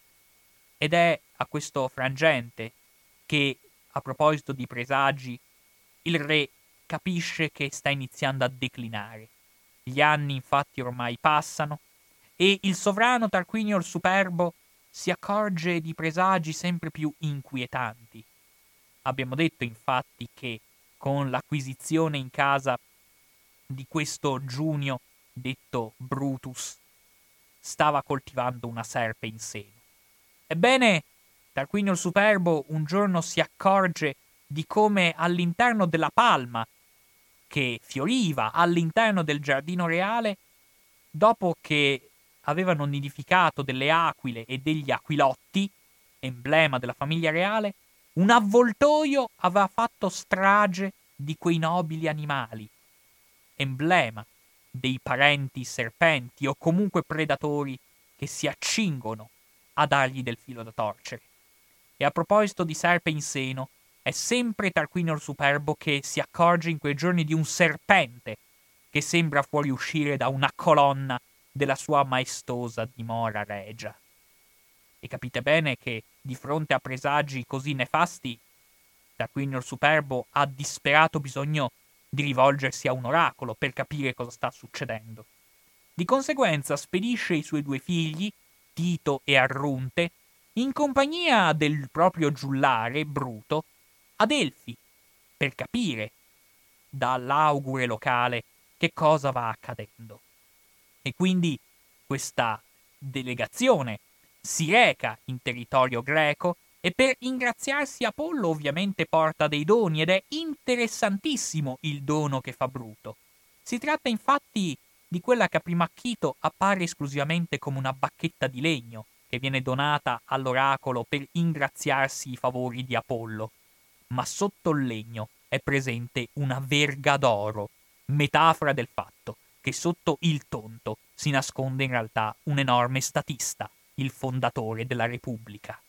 Ed è a questo frangente che, a proposito di presagi, il re capisce che sta iniziando a declinare. Gli anni infatti ormai passano e il sovrano Tarquinio il Superbo si accorge di presagi sempre più inquietanti. Abbiamo detto infatti che con l'acquisizione in casa di questo Giunio, detto Brutus, stava coltivando una serpe in seno. Ebbene, Tarquinio il Superbo un giorno si accorge di come all'interno della palma che fioriva all'interno del giardino reale, dopo che avevano nidificato delle aquile e degli aquilotti, emblema della famiglia reale, un avvoltoio aveva fatto strage di quei nobili animali, emblema dei parenti serpenti o comunque predatori che si accingono a dargli del filo da torcere. E a proposito di serpe in seno, è sempre Tarquinio il Superbo che si accorge in quei giorni di un serpente che sembra fuoriuscire da una colonna della sua maestosa dimora regia. E capite bene che di fronte a presagi così nefasti, Tarquinio il Superbo ha disperato bisogno di rivolgersi a un oracolo per capire cosa sta succedendo. Di conseguenza spedisce i suoi 2 figli, Tito e Arrunte, in compagnia del proprio giullare Bruto, a Delfi, per capire dall'augure locale che cosa va accadendo. E quindi questa delegazione si reca in territorio greco e per ingraziarsi Apollo ovviamente porta dei doni, ed è interessantissimo il dono che fa Bruto. Si tratta infatti di quella che a primo acchito appare esclusivamente come una bacchetta di legno che viene donata all'oracolo per ingraziarsi i favori di Apollo. Ma sotto il legno è presente una verga d'oro, metafora del fatto che sotto il tonto si nasconde in realtà un enorme statista, il fondatore della Repubblica.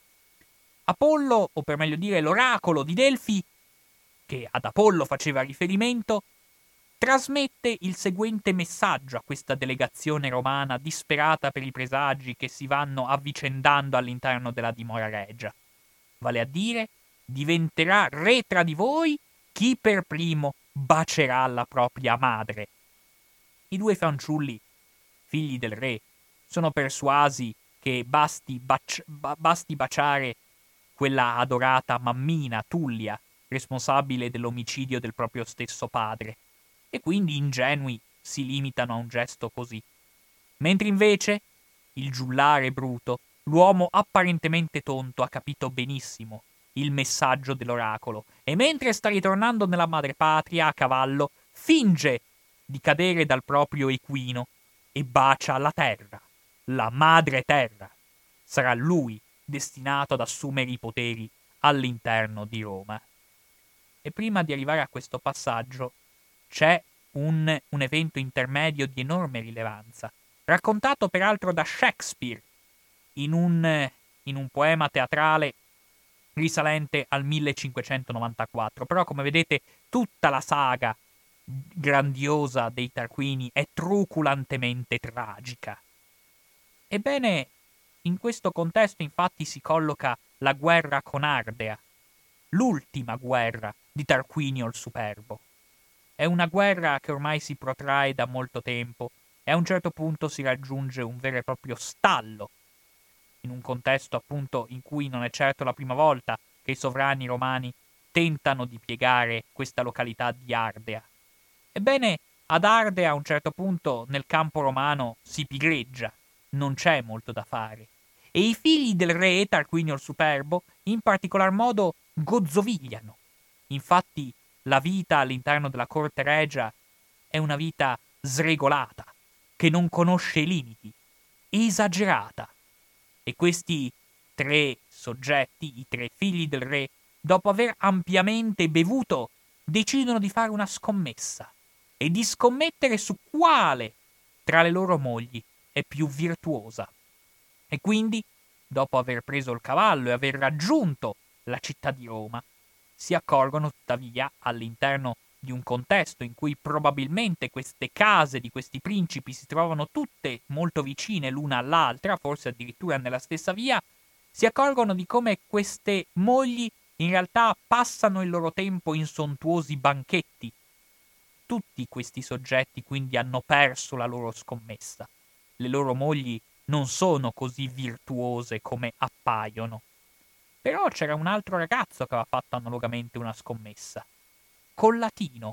Apollo, o per meglio dire l'oracolo di Delfi, che ad Apollo faceva riferimento, trasmette il seguente messaggio a questa delegazione romana disperata per i presagi che si vanno avvicendando all'interno della dimora regia. Vale a dire, diventerà re tra di voi chi per primo bacerà la propria madre. I 2 fanciulli, figli del re, sono persuasi che basti baciare quella adorata mammina, Tullia, responsabile dell'omicidio del proprio stesso padre, e quindi ingenui si limitano a un gesto così. Mentre invece il giullare bruto, l'uomo apparentemente tonto, ha capito benissimo il messaggio dell'oracolo e mentre sta ritornando nella madrepatria a cavallo, finge di cadere dal proprio equino e bacia la terra, la madre terra. Sarà lui destinato ad assumere i poteri all'interno di Roma. E prima di arrivare a questo passaggio c'è un evento intermedio di enorme rilevanza, raccontato peraltro da Shakespeare in un poema teatrale risalente al 1594. Però, come vedete, tutta la saga grandiosa dei Tarquini è truculantemente tragica. Ebbene, in questo contesto infatti si colloca la guerra con Ardea, l'ultima guerra di Tarquinio il Superbo. È una guerra che ormai si protrae da molto tempo e a un certo punto si raggiunge un vero e proprio stallo, in un contesto appunto in cui non è certo la prima volta che i sovrani romani tentano di piegare questa località di Ardea. Ebbene, ad Ardea a un certo punto nel campo romano si pigreggia, non c'è molto da fare. E i figli del re Tarquinio il Superbo in particolar modo gozzovigliano. Infatti la vita all'interno della corte regia è una vita sregolata, che non conosce limiti, esagerata. E questi tre soggetti, i tre figli del re, dopo aver ampiamente bevuto, decidono di fare una scommessa e di scommettere su quale tra le loro mogli è più virtuosa. E quindi, dopo aver preso il cavallo e aver raggiunto la città di Roma, si accorgono tuttavia all'interno di un contesto in cui probabilmente queste case di questi principi si trovano tutte molto vicine l'una all'altra, forse addirittura nella stessa via, si accorgono di come queste mogli in realtà passano il loro tempo in sontuosi banchetti. Tutti questi soggetti quindi hanno perso la loro scommessa. Le loro mogli non sono così virtuose come appaiono. Però c'era un altro ragazzo che aveva fatto analogamente una scommessa. Collatino,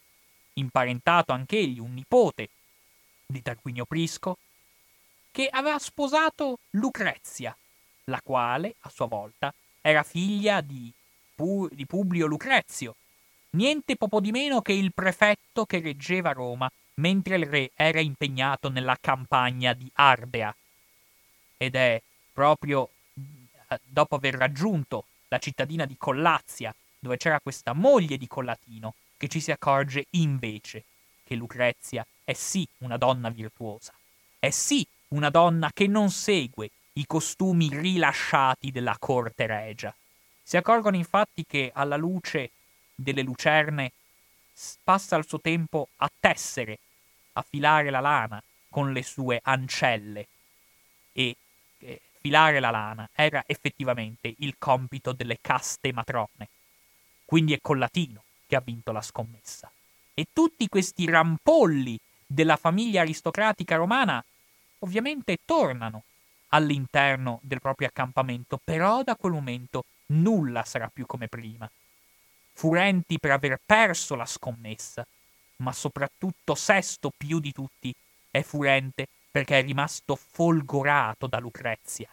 imparentato anch'egli, un nipote di Tarquinio Prisco, che aveva sposato Lucrezia, la quale, a sua volta, era figlia di Publio Lucrezio, niente poco di meno che il prefetto che reggeva Roma mentre il re era impegnato nella campagna di Ardea. Ed è proprio dopo aver raggiunto la cittadina di Collazia, dove c'era questa moglie di Collatino, che ci si accorge invece che Lucrezia è sì una donna virtuosa, è sì una donna che non segue i costumi rilasciati della corte regia. Si accorgono infatti che alla luce delle lucerne passa il suo tempo a tessere, a filare la lana con le sue ancelle e filare la lana era effettivamente il compito delle caste matrone. Quindi è Collatino che ha vinto la scommessa. E tutti questi rampolli della famiglia aristocratica romana ovviamente tornano all'interno del proprio accampamento, però da quel momento nulla sarà più come prima. Furenti per aver perso la scommessa, ma soprattutto Sesto più di tutti è furente perché è rimasto folgorato da Lucrezia.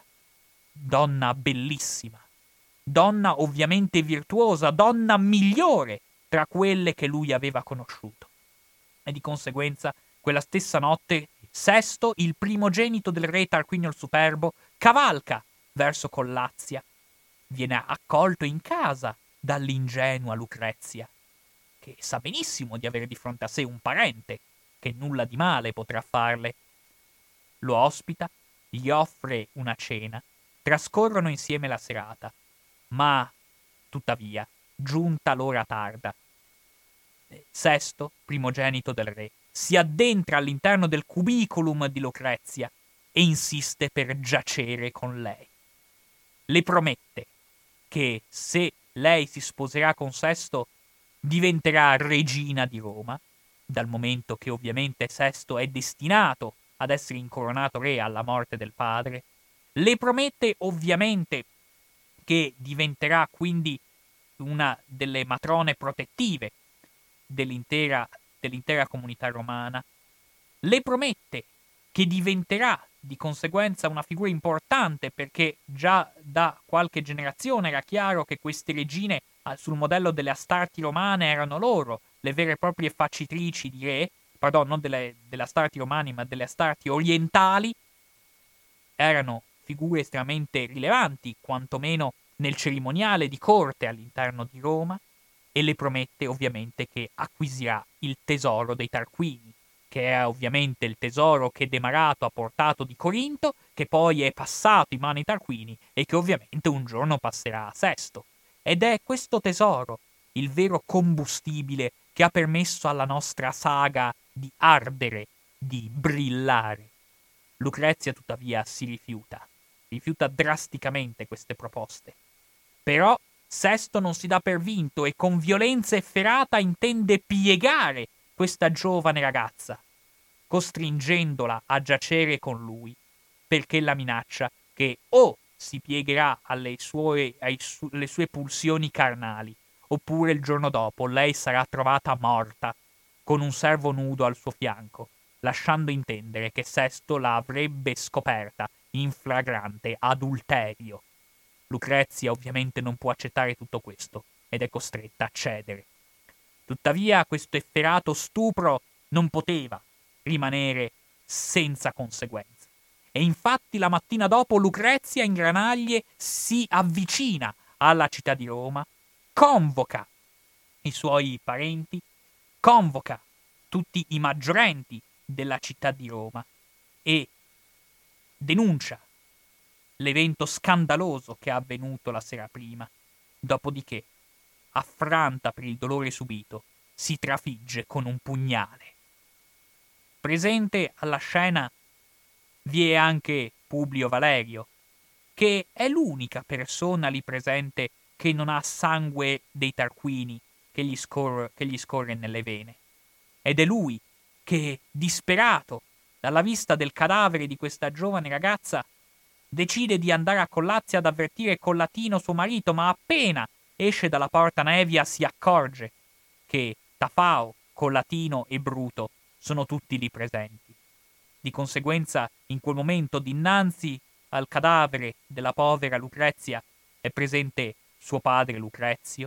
Donna bellissima, donna ovviamente virtuosa, donna migliore tra quelle che lui aveva conosciuto. E di conseguenza, quella stessa notte, Sesto, il primogenito del re Tarquinio il Superbo, cavalca verso Collazia. Viene accolto in casa dall'ingenua Lucrezia, che sa benissimo di avere di fronte a sé un parente che nulla di male potrà farle. Lo ospita, gli offre una cena, trascorrono insieme la serata, ma, tuttavia, giunta l'ora tarda, Sesto, primogenito del re, si addentra all'interno del cubiculum di Lucrezia e insiste per giacere con lei. Le promette che se lei si sposerà con Sesto diventerà regina di Roma, dal momento che ovviamente Sesto è destinato ad essere incoronato re alla morte del padre, Le promette ovviamente che diventerà quindi una delle matrone protettive dell'intera comunità romana. Le promette che diventerà di conseguenza una figura importante, perché già da qualche generazione era chiaro che queste regine sul modello delle Astarti romane erano loro le vere e proprie facitrici di re, pardon, non delle Astarti romane ma delle Astarti orientali. Erano figure estremamente rilevanti, quantomeno nel cerimoniale di corte all'interno di Roma, e le promette ovviamente che acquisirà il tesoro dei Tarquini, che è ovviamente il tesoro che Demarato ha portato di Corinto, che poi è passato in mano ai Tarquini e che ovviamente un giorno passerà a Sesto. Ed è questo tesoro il vero combustibile che ha permesso alla nostra saga di ardere, di brillare. Lucrezia tuttavia si rifiuta drasticamente queste proposte. Però Sesto non si dà per vinto e con violenza efferata intende piegare questa giovane ragazza, costringendola a giacere con lui, perché la minaccia che o si piegherà alle sue pulsioni carnali, oppure il giorno dopo lei sarà trovata morta con un servo nudo al suo fianco, lasciando intendere che Sesto la avrebbe scoperta in flagrante adulterio. Lucrezia ovviamente non può accettare tutto questo ed è costretta a cedere. Tuttavia questo efferato stupro non poteva rimanere senza conseguenze. E infatti la mattina dopo Lucrezia in granaglie si avvicina alla città di Roma, convoca i suoi parenti, convoca tutti i maggiorenti della città di Roma e denuncia l'evento scandaloso che è avvenuto la sera prima. Dopodiché, affranta per il dolore subito, si trafigge con un pugnale. Presente alla scena vi è anche Publio Valerio, che è l'unica persona lì presente che non ha sangue dei Tarquini che gli scorre nelle vene. Ed è lui che, disperato dalla vista del cadavere di questa giovane ragazza, decide di andare a Collazia ad avvertire Collatino suo marito, ma appena esce dalla porta Nevia si accorge che Tafao, Collatino e Bruto sono tutti lì presenti. Di conseguenza, in quel momento, dinanzi al cadavere della povera Lucrezia, è presente suo padre Lucrezio,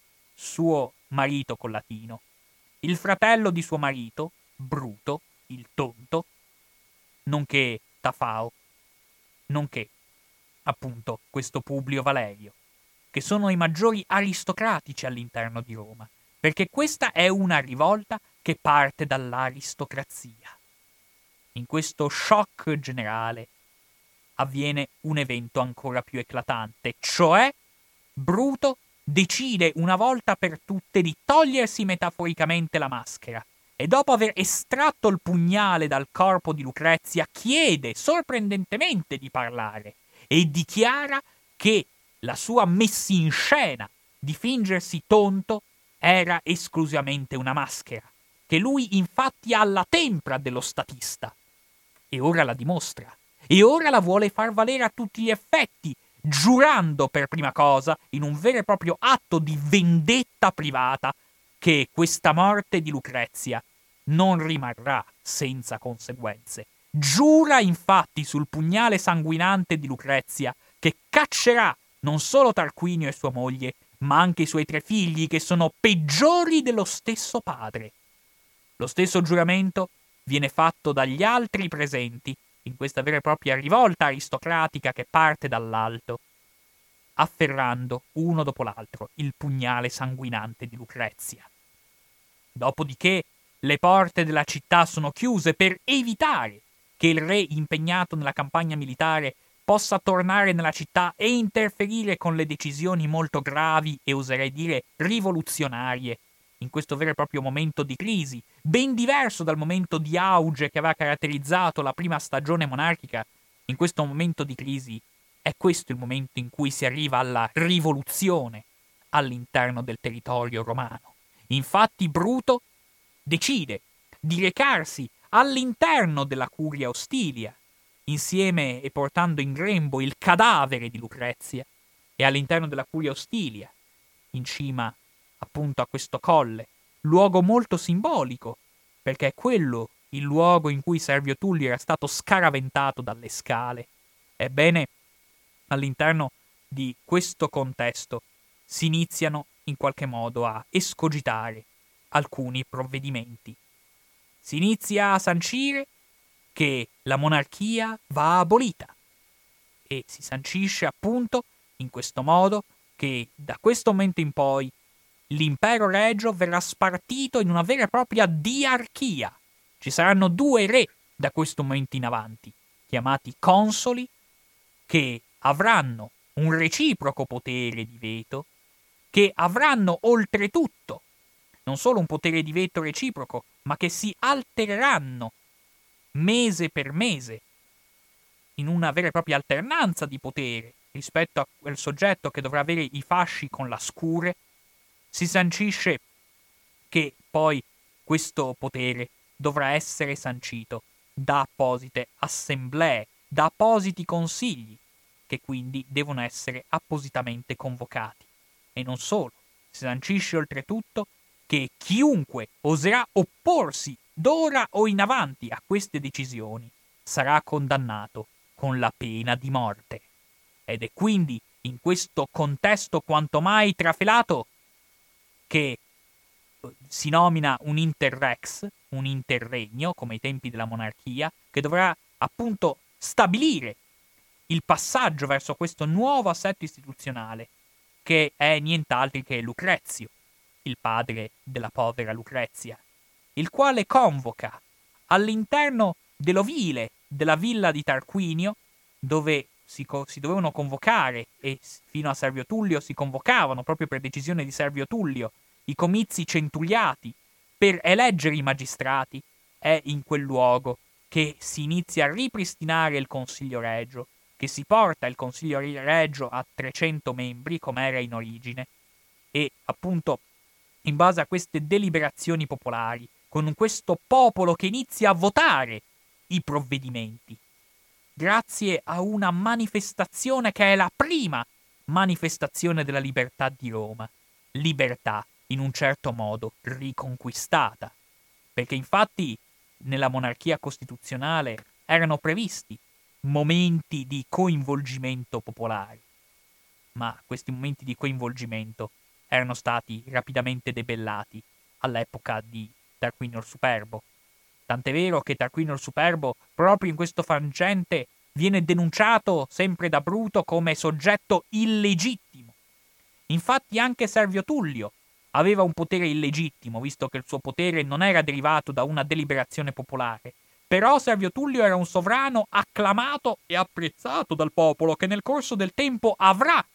suo marito Collatino, il fratello di suo marito, Bruto, il tonto, nonché Tafao, nonché, appunto, questo Publio Valerio, che sono i maggiori aristocratici all'interno di Roma, perché questa è una rivolta che parte dall'aristocrazia. In questo shock generale avviene un evento ancora più eclatante, cioè Bruto decide una volta per tutte di togliersi metaforicamente la maschera e dopo aver estratto il pugnale dal corpo di Lucrezia chiede sorprendentemente di parlare e dichiara che la sua messinscena di fingersi tonto era esclusivamente una maschera, che lui infatti ha la tempra dello statista. E ora la dimostra. E ora la vuole far valere a tutti gli effetti, giurando per prima cosa, in un vero e proprio atto di vendetta privata, che questa morte di Lucrezia non rimarrà senza conseguenze. Giura infatti sul pugnale sanguinante di Lucrezia che caccerà non solo Tarquinio e sua moglie, ma anche i suoi 3 figli, che sono peggiori dello stesso padre. Lo stesso giuramento viene fatto dagli altri presenti in questa vera e propria rivolta aristocratica che parte dall'alto, afferrando uno dopo l'altro il pugnale sanguinante di Lucrezia. Dopodiché le porte della città sono chiuse per evitare che il re impegnato nella campagna militare possa tornare nella città e interferire con le decisioni molto gravi e oserei dire rivoluzionarie in questo vero e proprio momento di crisi, ben diverso dal momento di auge che aveva caratterizzato la prima stagione monarchica. In questo momento di crisi è questo il momento in cui si arriva alla rivoluzione all'interno del territorio romano. Infatti Bruto decide di recarsi all'interno della Curia Ostilia insieme e portando in grembo il cadavere di Lucrezia, e all'interno della Curia Ostilia, in cima appunto a questo colle, luogo molto simbolico, perché è quello il luogo in cui Servio Tullio era stato scaraventato dalle scale. Ebbene, all'interno di questo contesto si iniziano in qualche modo a escogitare alcuni provvedimenti. Si inizia a sancire che la monarchia va abolita e si sancisce appunto in questo modo che da questo momento in poi l'impero regio verrà spartito in una vera e propria diarchia. Ci saranno 2 re da questo momento in avanti, chiamati consoli, che avranno un reciproco potere di veto, che avranno oltretutto non solo un potere di veto reciproco, ma che si altereranno mese per mese in una vera e propria alternanza di potere rispetto a quel soggetto che dovrà avere i fasci con la scure. Si sancisce che poi questo potere dovrà essere sancito da apposite assemblee, da appositi consigli, che quindi devono essere appositamente convocati. E non solo, si sancisce oltretutto che chiunque oserà opporsi d'ora o in avanti a queste decisioni sarà condannato con la pena di morte. Ed è quindi in questo contesto quanto mai trafelato che si nomina un interrex, un interregno, come ai tempi della monarchia, che dovrà appunto stabilire il passaggio verso questo nuovo assetto istituzionale, che è nient'altro che Lucrezio, il padre della povera Lucrezia, il quale convoca all'interno dell'ovile della villa di Tarquinio, dove si dovevano convocare, e fino a Servio Tullio si convocavano proprio per decisione di Servio Tullio, i comizi centuliati per eleggere i magistrati. È in quel luogo che si inizia a ripristinare il Consiglio Regio, che si porta il Consiglio Regio a 300 membri, come era in origine, e appunto in base a queste deliberazioni popolari, con questo popolo che inizia a votare i provvedimenti, grazie a una manifestazione che è la prima manifestazione della libertà di Roma, libertà in un certo modo riconquistata, perché infatti nella monarchia costituzionale erano previsti momenti di coinvolgimento popolare, ma questi momenti di coinvolgimento erano stati rapidamente debellati all'epoca di Tarquinio il Superbo. Tant'è vero che Tarquinio il Superbo, proprio in questo frangente, viene denunciato sempre da Bruto come soggetto illegittimo. Infatti anche Servio Tullio aveva un potere illegittimo, visto che il suo potere non era derivato da una deliberazione popolare. Però Servio Tullio era un sovrano acclamato e apprezzato dal popolo, che nel corso del tempo avrà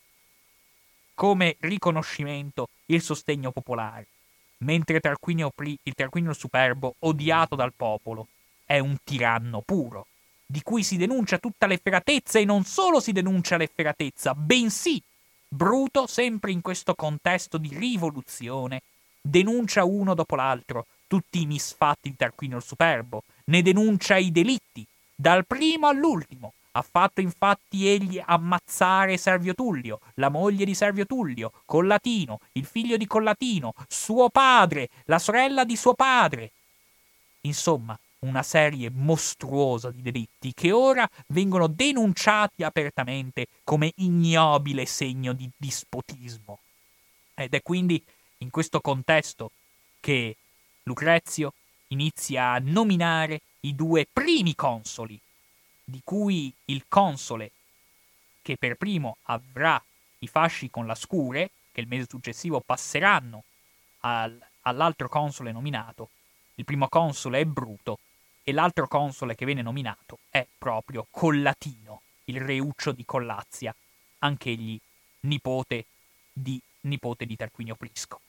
come riconoscimento il sostegno popolare, mentre il Tarquinio Superbo, odiato dal popolo, è un tiranno puro, di cui si denuncia tutta l'efferatezza, e non solo si denuncia l'efferatezza, bensì Bruto, sempre in questo contesto di rivoluzione, denuncia uno dopo l'altro tutti i misfatti di Tarquinio il Superbo, ne denuncia i delitti, dal primo all'ultimo. Ha fatto infatti egli ammazzare Servio Tullio, la moglie di Servio Tullio, Collatino, il figlio di Collatino, suo padre, la sorella di suo padre. Insomma, una serie mostruosa di delitti che ora vengono denunciati apertamente come ignobile segno di dispotismo. Ed è quindi in questo contesto che Lucrezio inizia a nominare i 2 primi consoli, di cui il console che per primo avrà i fasci con la scure, che il mese successivo passeranno all'altro console nominato. Il primo console è Bruto e l'altro console che viene nominato è proprio Collatino, il reuccio di Collazia, anch'egli nipote di Tarquinio Prisco.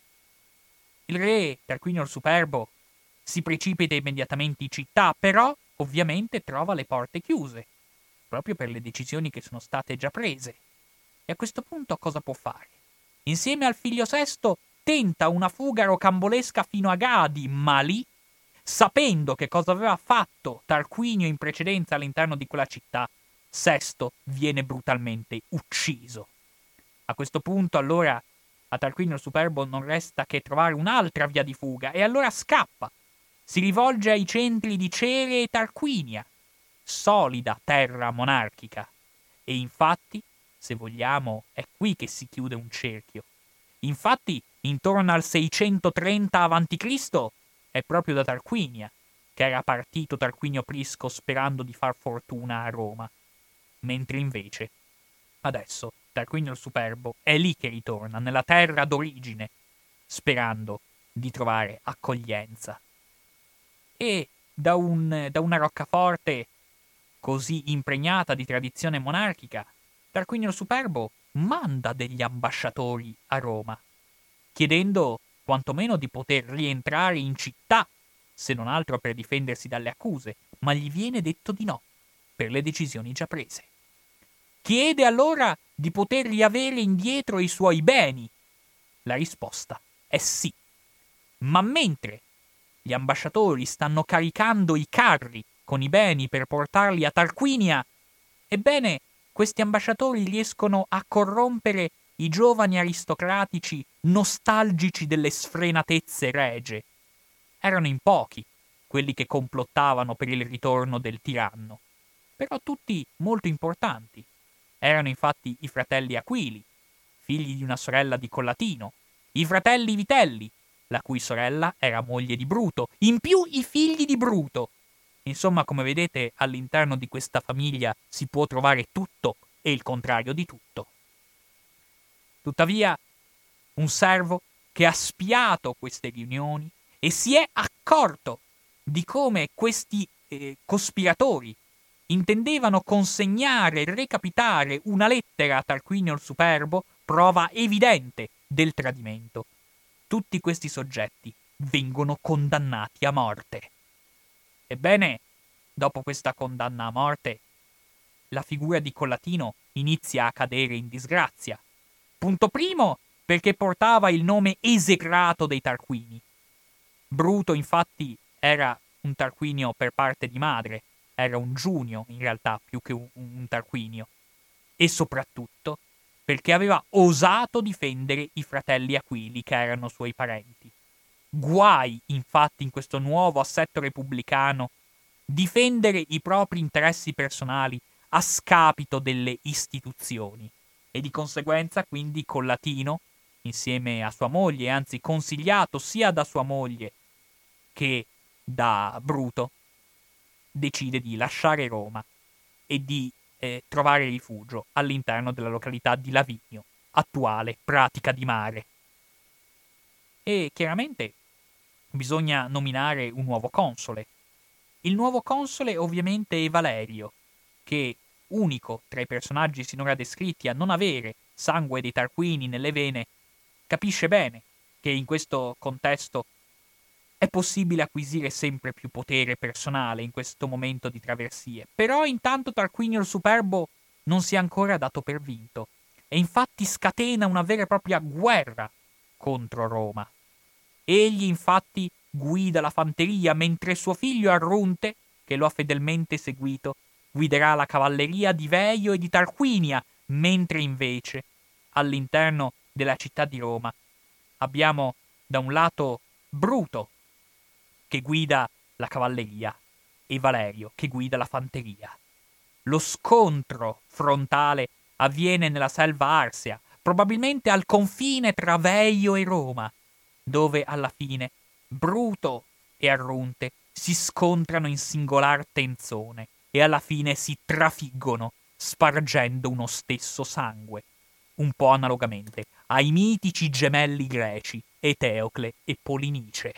Il re Tarquinio il Superbo si precipita immediatamente in città, però ovviamente trova le porte chiuse, proprio per le decisioni che sono state già prese. E a questo punto cosa può fare? Insieme al figlio sesto tenta una fuga rocambolesca fino a Gadi, ma lì sapendo che cosa aveva fatto Tarquinio in precedenza all'interno di quella città, Sesto viene brutalmente ucciso. A questo punto, allora, a Tarquinio il Superbo non resta che trovare un'altra via di fuga, e allora scappa. Si rivolge ai centri di Cere e Tarquinia, solida terra monarchica. E infatti, se vogliamo, è qui che si chiude un cerchio. Infatti, intorno al 630 a.C., è proprio da Tarquinia che era partito Tarquinio Prisco sperando di far fortuna a Roma. Mentre invece, adesso, Tarquinio il Superbo è lì che ritorna, nella terra d'origine, sperando di trovare accoglienza. E da una roccaforte così impregnata di tradizione monarchica, Tarquinio il Superbo manda degli ambasciatori a Roma, chiedendo quantomeno di poter rientrare in città, se non altro per difendersi dalle accuse, ma gli viene detto di no, per le decisioni già prese. Chiede allora di poter riavere indietro i suoi beni. La risposta è sì. Ma mentre gli ambasciatori stanno caricando i carri con i beni per portarli a Tarquinia, ebbene, questi ambasciatori riescono a corrompere i giovani aristocratici nostalgici delle sfrenatezze regie. Erano in pochi quelli che complottavano per il ritorno del tiranno, però tutti molto importanti. Erano infatti i fratelli Aquili, figli di una sorella di Collatino, i fratelli Vitelli, la cui sorella era moglie di Bruto, in più i figli di Bruto. Insomma, come vedete, all'interno di questa famiglia si può trovare tutto e il contrario di tutto. Tuttavia, un servo che ha spiato queste riunioni e si è accorto di come questi cospiratori intendevano consegnare e recapitare una lettera a Tarquinio il Superbo, prova evidente del tradimento. Tutti questi soggetti vengono condannati a morte. Ebbene, dopo questa condanna a morte, la figura di Collatino inizia a cadere in disgrazia. Punto primo, perché portava il nome esecrato dei Tarquini. Bruto, infatti, era un Tarquinio per parte di madre, era un Giunio, in realtà, più che un Tarquinio. E soprattutto perché aveva osato difendere i fratelli Aquili, che erano suoi parenti. Guai, infatti, in questo nuovo assetto repubblicano, difendere i propri interessi personali a scapito delle istituzioni. E di conseguenza, quindi, Collatino, insieme a sua moglie, anzi consigliato sia da sua moglie che da Bruto, decide di lasciare Roma e di trovare rifugio all'interno della località di Lavigno, attuale Pratica di Mare. E chiaramente bisogna nominare un nuovo console. Il nuovo console ovviamente è Valerio, che, unico tra i personaggi sinora descritti a non avere sangue dei Tarquini nelle vene, capisce bene che in questo contesto è possibile acquisire sempre più potere personale in questo momento di traversie. Però intanto Tarquinio il Superbo non si è ancora dato per vinto e infatti scatena una vera e propria guerra contro Roma. Egli infatti guida la fanteria mentre suo figlio Arrunte, che lo ha fedelmente seguito, guiderà la cavalleria di Veio e di Tarquinia, mentre invece all'interno della città di Roma abbiamo da un lato Bruto, che guida la cavalleria, e Valerio, che guida la fanteria. Lo scontro frontale avviene nella selva arsea, probabilmente al confine tra Veio e Roma, dove alla fine Bruto e Arrunte si scontrano in singolar tenzone e alla fine si trafiggono spargendo uno stesso sangue, un po' analogamente ai mitici gemelli greci Eteocle e Polinice.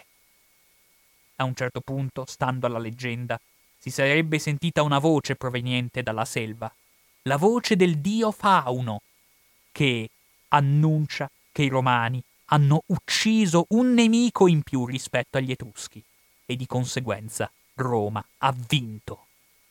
A un certo punto, stando alla leggenda, si sarebbe sentita una voce proveniente dalla selva, la voce del dio Fauno, che annuncia che i romani hanno ucciso un nemico in più rispetto agli Etruschi e di conseguenza Roma ha vinto.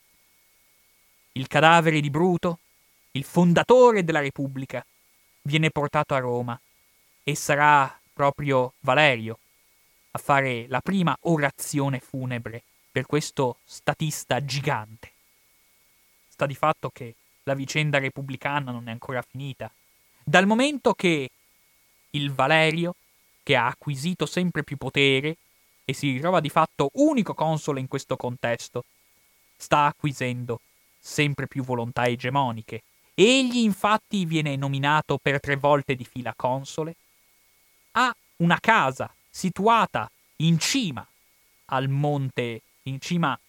Il cadavere di Bruto, il fondatore della Repubblica, viene portato a Roma e sarà proprio Valerio a fare la prima orazione funebre per questo statista gigante. Sta di fatto che la vicenda repubblicana non è ancora finita. Dal momento che il Valerio, che ha acquisito sempre più potere e si ritrova di fatto unico console in questo contesto, sta acquisendo sempre più volontà egemoniche. Egli infatti viene nominato per 3 volte di fila console, ha una casa situata in cima al monte, in cima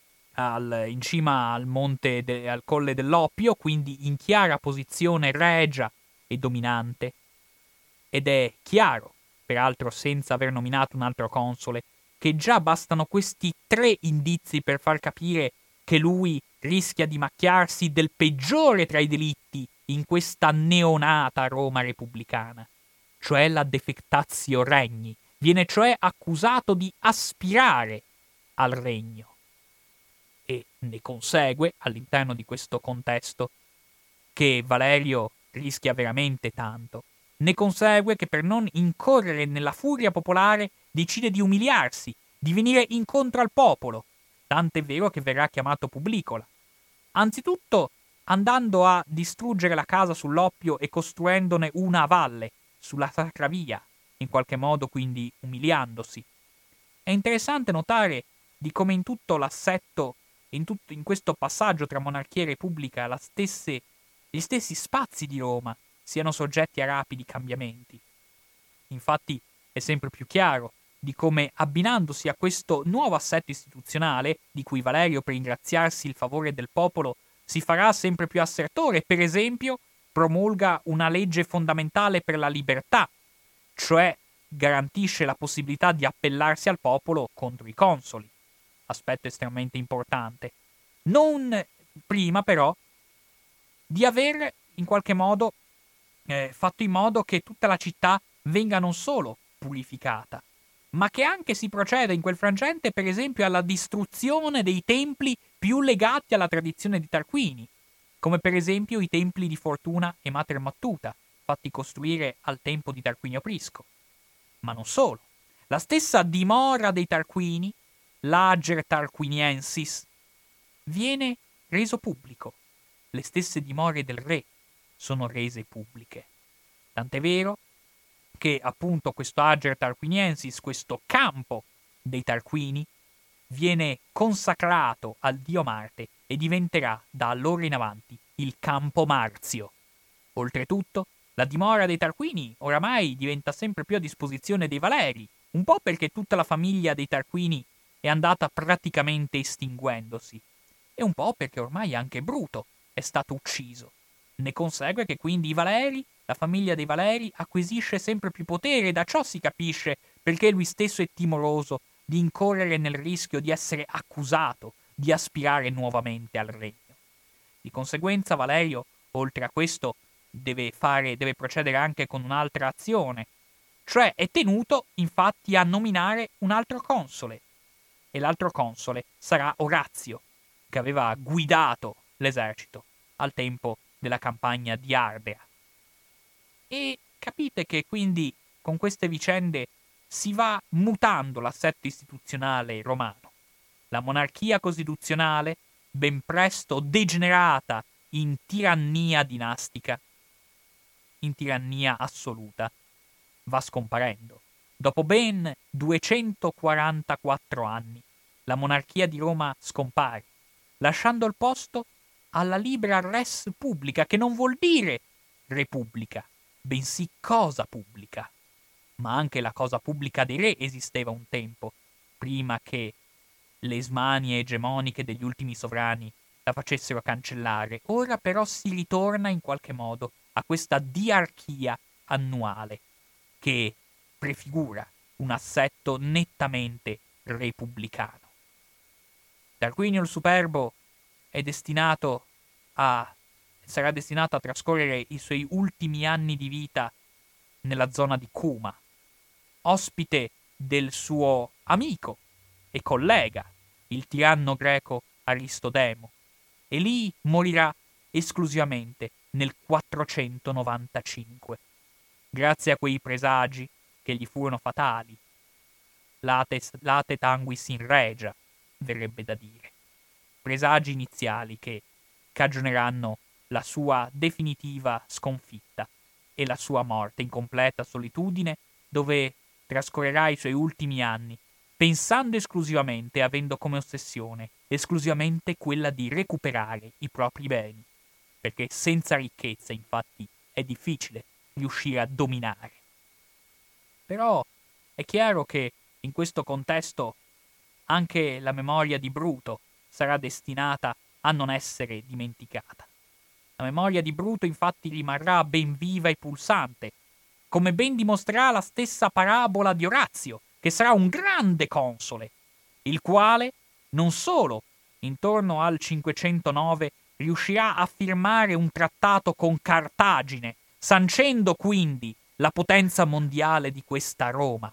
al monte, al colle dell'Oppio, quindi in chiara posizione regia e dominante. Ed è chiaro, peraltro senza aver nominato un altro console, che già bastano questi 3 indizi per far capire che lui rischia di macchiarsi del peggiore tra i delitti in questa neonata Roma repubblicana, cioè la defectatio regni. Viene cioè accusato di aspirare al regno. E ne consegue, all'interno di questo contesto, che Valerio rischia veramente tanto. Ne consegue che per non incorrere nella furia popolare decide di umiliarsi, di venire incontro al popolo, tant'è vero che verrà chiamato Publicola. Anzitutto andando a distruggere la casa sull'Oppio e costruendone una a valle, sulla Sacra Via, in qualche modo quindi umiliandosi. È interessante notare di come in tutto l'assetto, in questo passaggio tra monarchia e repubblica, gli stessi spazi di Roma siano soggetti a rapidi cambiamenti. Infatti è sempre più chiaro di come, abbinandosi a questo nuovo assetto istituzionale, di cui Valerio, per ringraziarsi il favore del popolo, si farà sempre più assertore, per esempio, promulga una legge fondamentale per la libertà, cioè garantisce la possibilità di appellarsi al popolo contro i consoli, aspetto estremamente importante. Non prima, però, di aver in qualche modo fatto in modo che tutta la città venga non solo purificata, ma che anche si proceda in quel frangente, per esempio, alla distruzione dei templi più legati alla tradizione di Tarquini, come per esempio i templi di Fortuna e Mater Mattuta, fatti costruire al tempo di Tarquinio Prisco. Ma non solo. La stessa dimora dei Tarquini, l'Ager Tarquiniensis, viene reso pubblico. Le stesse dimore del re sono rese pubbliche. Tant'è vero che appunto questo Ager Tarquiniensis, questo campo dei Tarquini, viene consacrato al dio Marte e diventerà da allora in avanti il Campo Marzio. Oltretutto, la dimora dei Tarquini oramai diventa sempre più a disposizione dei Valeri, un po' perché tutta la famiglia dei Tarquini è andata praticamente estinguendosi, e un po' perché ormai anche Bruto è stato ucciso. Ne consegue che quindi i Valeri, la famiglia dei Valeri, acquisisce sempre più potere e da ciò si capisce perché lui stesso è timoroso di incorrere nel rischio di essere accusato di aspirare nuovamente al regno. Di conseguenza Valerio, oltre a questo, deve procedere anche con un'altra azione, cioè è tenuto infatti a nominare un altro console, e l'altro console sarà Orazio, che aveva guidato l'esercito al tempo della campagna di Ardea. E capite che quindi con queste vicende si va mutando l'assetto istituzionale romano. La monarchia costituzionale, ben presto degenerata in tirannia dinastica, in tirannia assoluta, va scomparendo. Dopo ben 244 anni, la monarchia di Roma scompare, lasciando il posto alla libera res publica, che non vuol dire repubblica, bensì cosa pubblica. Ma anche la cosa pubblica dei re esisteva un tempo, prima che le smanie egemoniche degli ultimi sovrani la facessero cancellare. Ora però si ritorna in qualche modo a questa diarchia annuale che prefigura un assetto nettamente repubblicano. Tarquinio il Superbo sarà destinato a trascorrere i suoi ultimi anni di vita nella zona di Cuma, ospite del suo amico e collega, il tiranno greco Aristodemo, e lì morirà esclusivamente nel 495, grazie a quei presagi che gli furono fatali. late tanguis in regia, verrebbe da dire. Presagi iniziali che cagioneranno la sua definitiva sconfitta e la sua morte in completa solitudine, dove trascorrerà i suoi ultimi anni, pensando esclusivamente, avendo come ossessione esclusivamente quella di recuperare i propri beni, perché senza ricchezza, infatti, è difficile riuscire a dominare. Però è chiaro che in questo contesto anche la memoria di Bruto sarà destinata a non essere dimenticata. La memoria di Bruto infatti rimarrà ben viva e pulsante, come ben dimostrerà la stessa parabola di Orazio, che sarà un grande console, il quale non solo intorno al 509 riuscirà a firmare un trattato con Cartagine, sancendo quindi la potenza mondiale di questa Roma,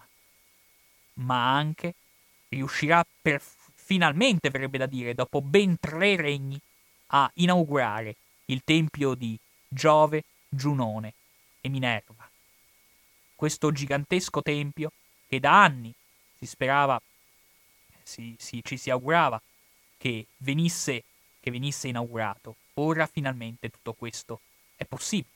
ma anche riuscirà finalmente, verrebbe da dire, dopo ben 3 regni, a inaugurare il tempio di Giove, Giunone e Minerva. Questo gigantesco tempio che da anni si sperava, ci si augurava che venisse inaugurato. Ora finalmente tutto questo è possibile.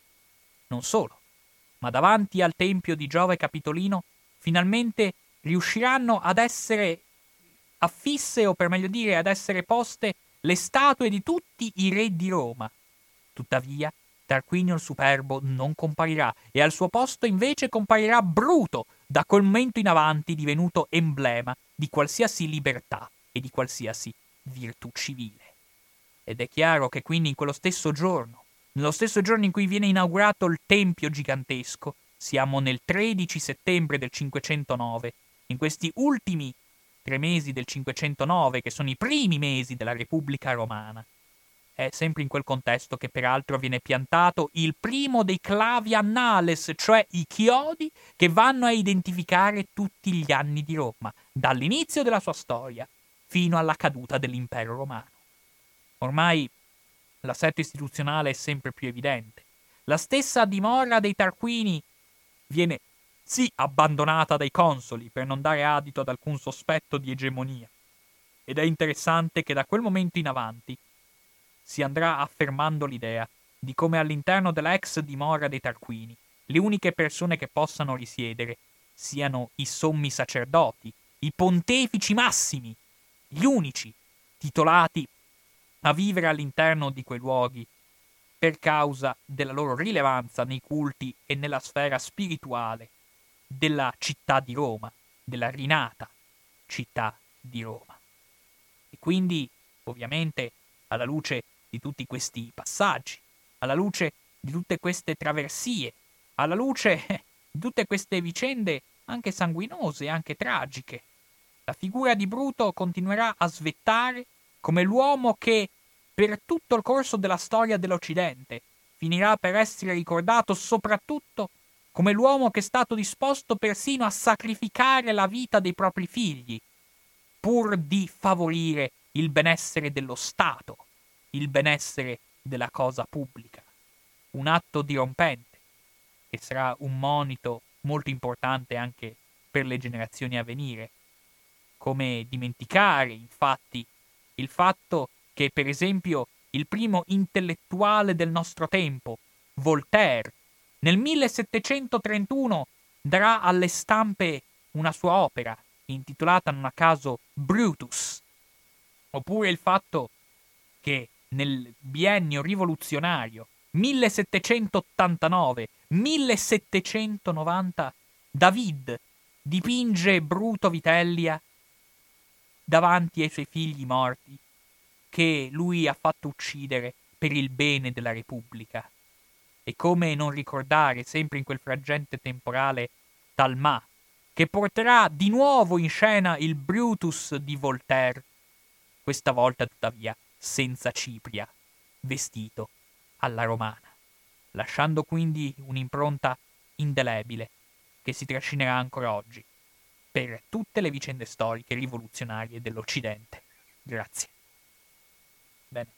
Non solo, ma davanti al tempio di Giove Capitolino finalmente riusciranno ad essere affisse, o per meglio dire ad essere poste, le statue di tutti i re di Roma. Tuttavia, Tarquinio il Superbo non comparirà, e al suo posto invece comparirà Bruto, da quel momento in avanti divenuto emblema di qualsiasi libertà e di qualsiasi virtù civile. Ed è chiaro che quindi in quello stesso giorno, nello stesso giorno in cui viene inaugurato il tempio gigantesco, siamo nel 13 settembre del 509, in questi ultimi 3 mesi del 509, che sono i primi mesi della Repubblica Romana. È sempre in quel contesto che peraltro viene piantato il primo dei clavi annales, cioè i chiodi che vanno a identificare tutti gli anni di Roma, dall'inizio della sua storia fino alla caduta dell'impero romano. Ormai l'assetto istituzionale è sempre più evidente. La stessa dimora dei Tarquini viene sì abbandonata dai consoli per non dare adito ad alcun sospetto di egemonia. Ed è interessante che da quel momento in avanti si andrà affermando l'idea di come all'interno della ex dimora dei Tarquini le uniche persone che possano risiedere siano i sommi sacerdoti, i pontefici massimi, gli unici titolati a vivere all'interno di quei luoghi per causa della loro rilevanza nei culti e nella sfera spirituale della città di Roma, della rinata città di Roma. E quindi, ovviamente, alla luce di tutti questi passaggi, alla luce di tutte queste traversie, alla luce di tutte queste vicende anche sanguinose, anche tragiche, la figura di Bruto continuerà a svettare come l'uomo che, per tutto il corso della storia dell'Occidente, finirà per essere ricordato soprattutto come l'uomo che è stato disposto persino a sacrificare la vita dei propri figli, pur di favorire il benessere dello Stato, il benessere della cosa pubblica. Un atto dirompente, che sarà un monito molto importante anche per le generazioni a venire. Come dimenticare, infatti, il fatto che, per esempio, il primo intellettuale del nostro tempo, Voltaire, nel 1731 darà alle stampe una sua opera, intitolata non a caso Brutus, oppure il fatto che nel biennio rivoluzionario 1789-1790 David dipinge Bruto Vitellia davanti ai suoi figli morti che lui ha fatto uccidere per il bene della Repubblica. E come non ricordare sempre in quel frangente temporale Talma, che porterà di nuovo in scena il Brutus di Voltaire, questa volta tuttavia senza cipria, vestito alla romana, lasciando quindi un'impronta indelebile che si trascinerà ancora oggi per tutte le vicende storiche rivoluzionarie dell'Occidente. Grazie. Bene.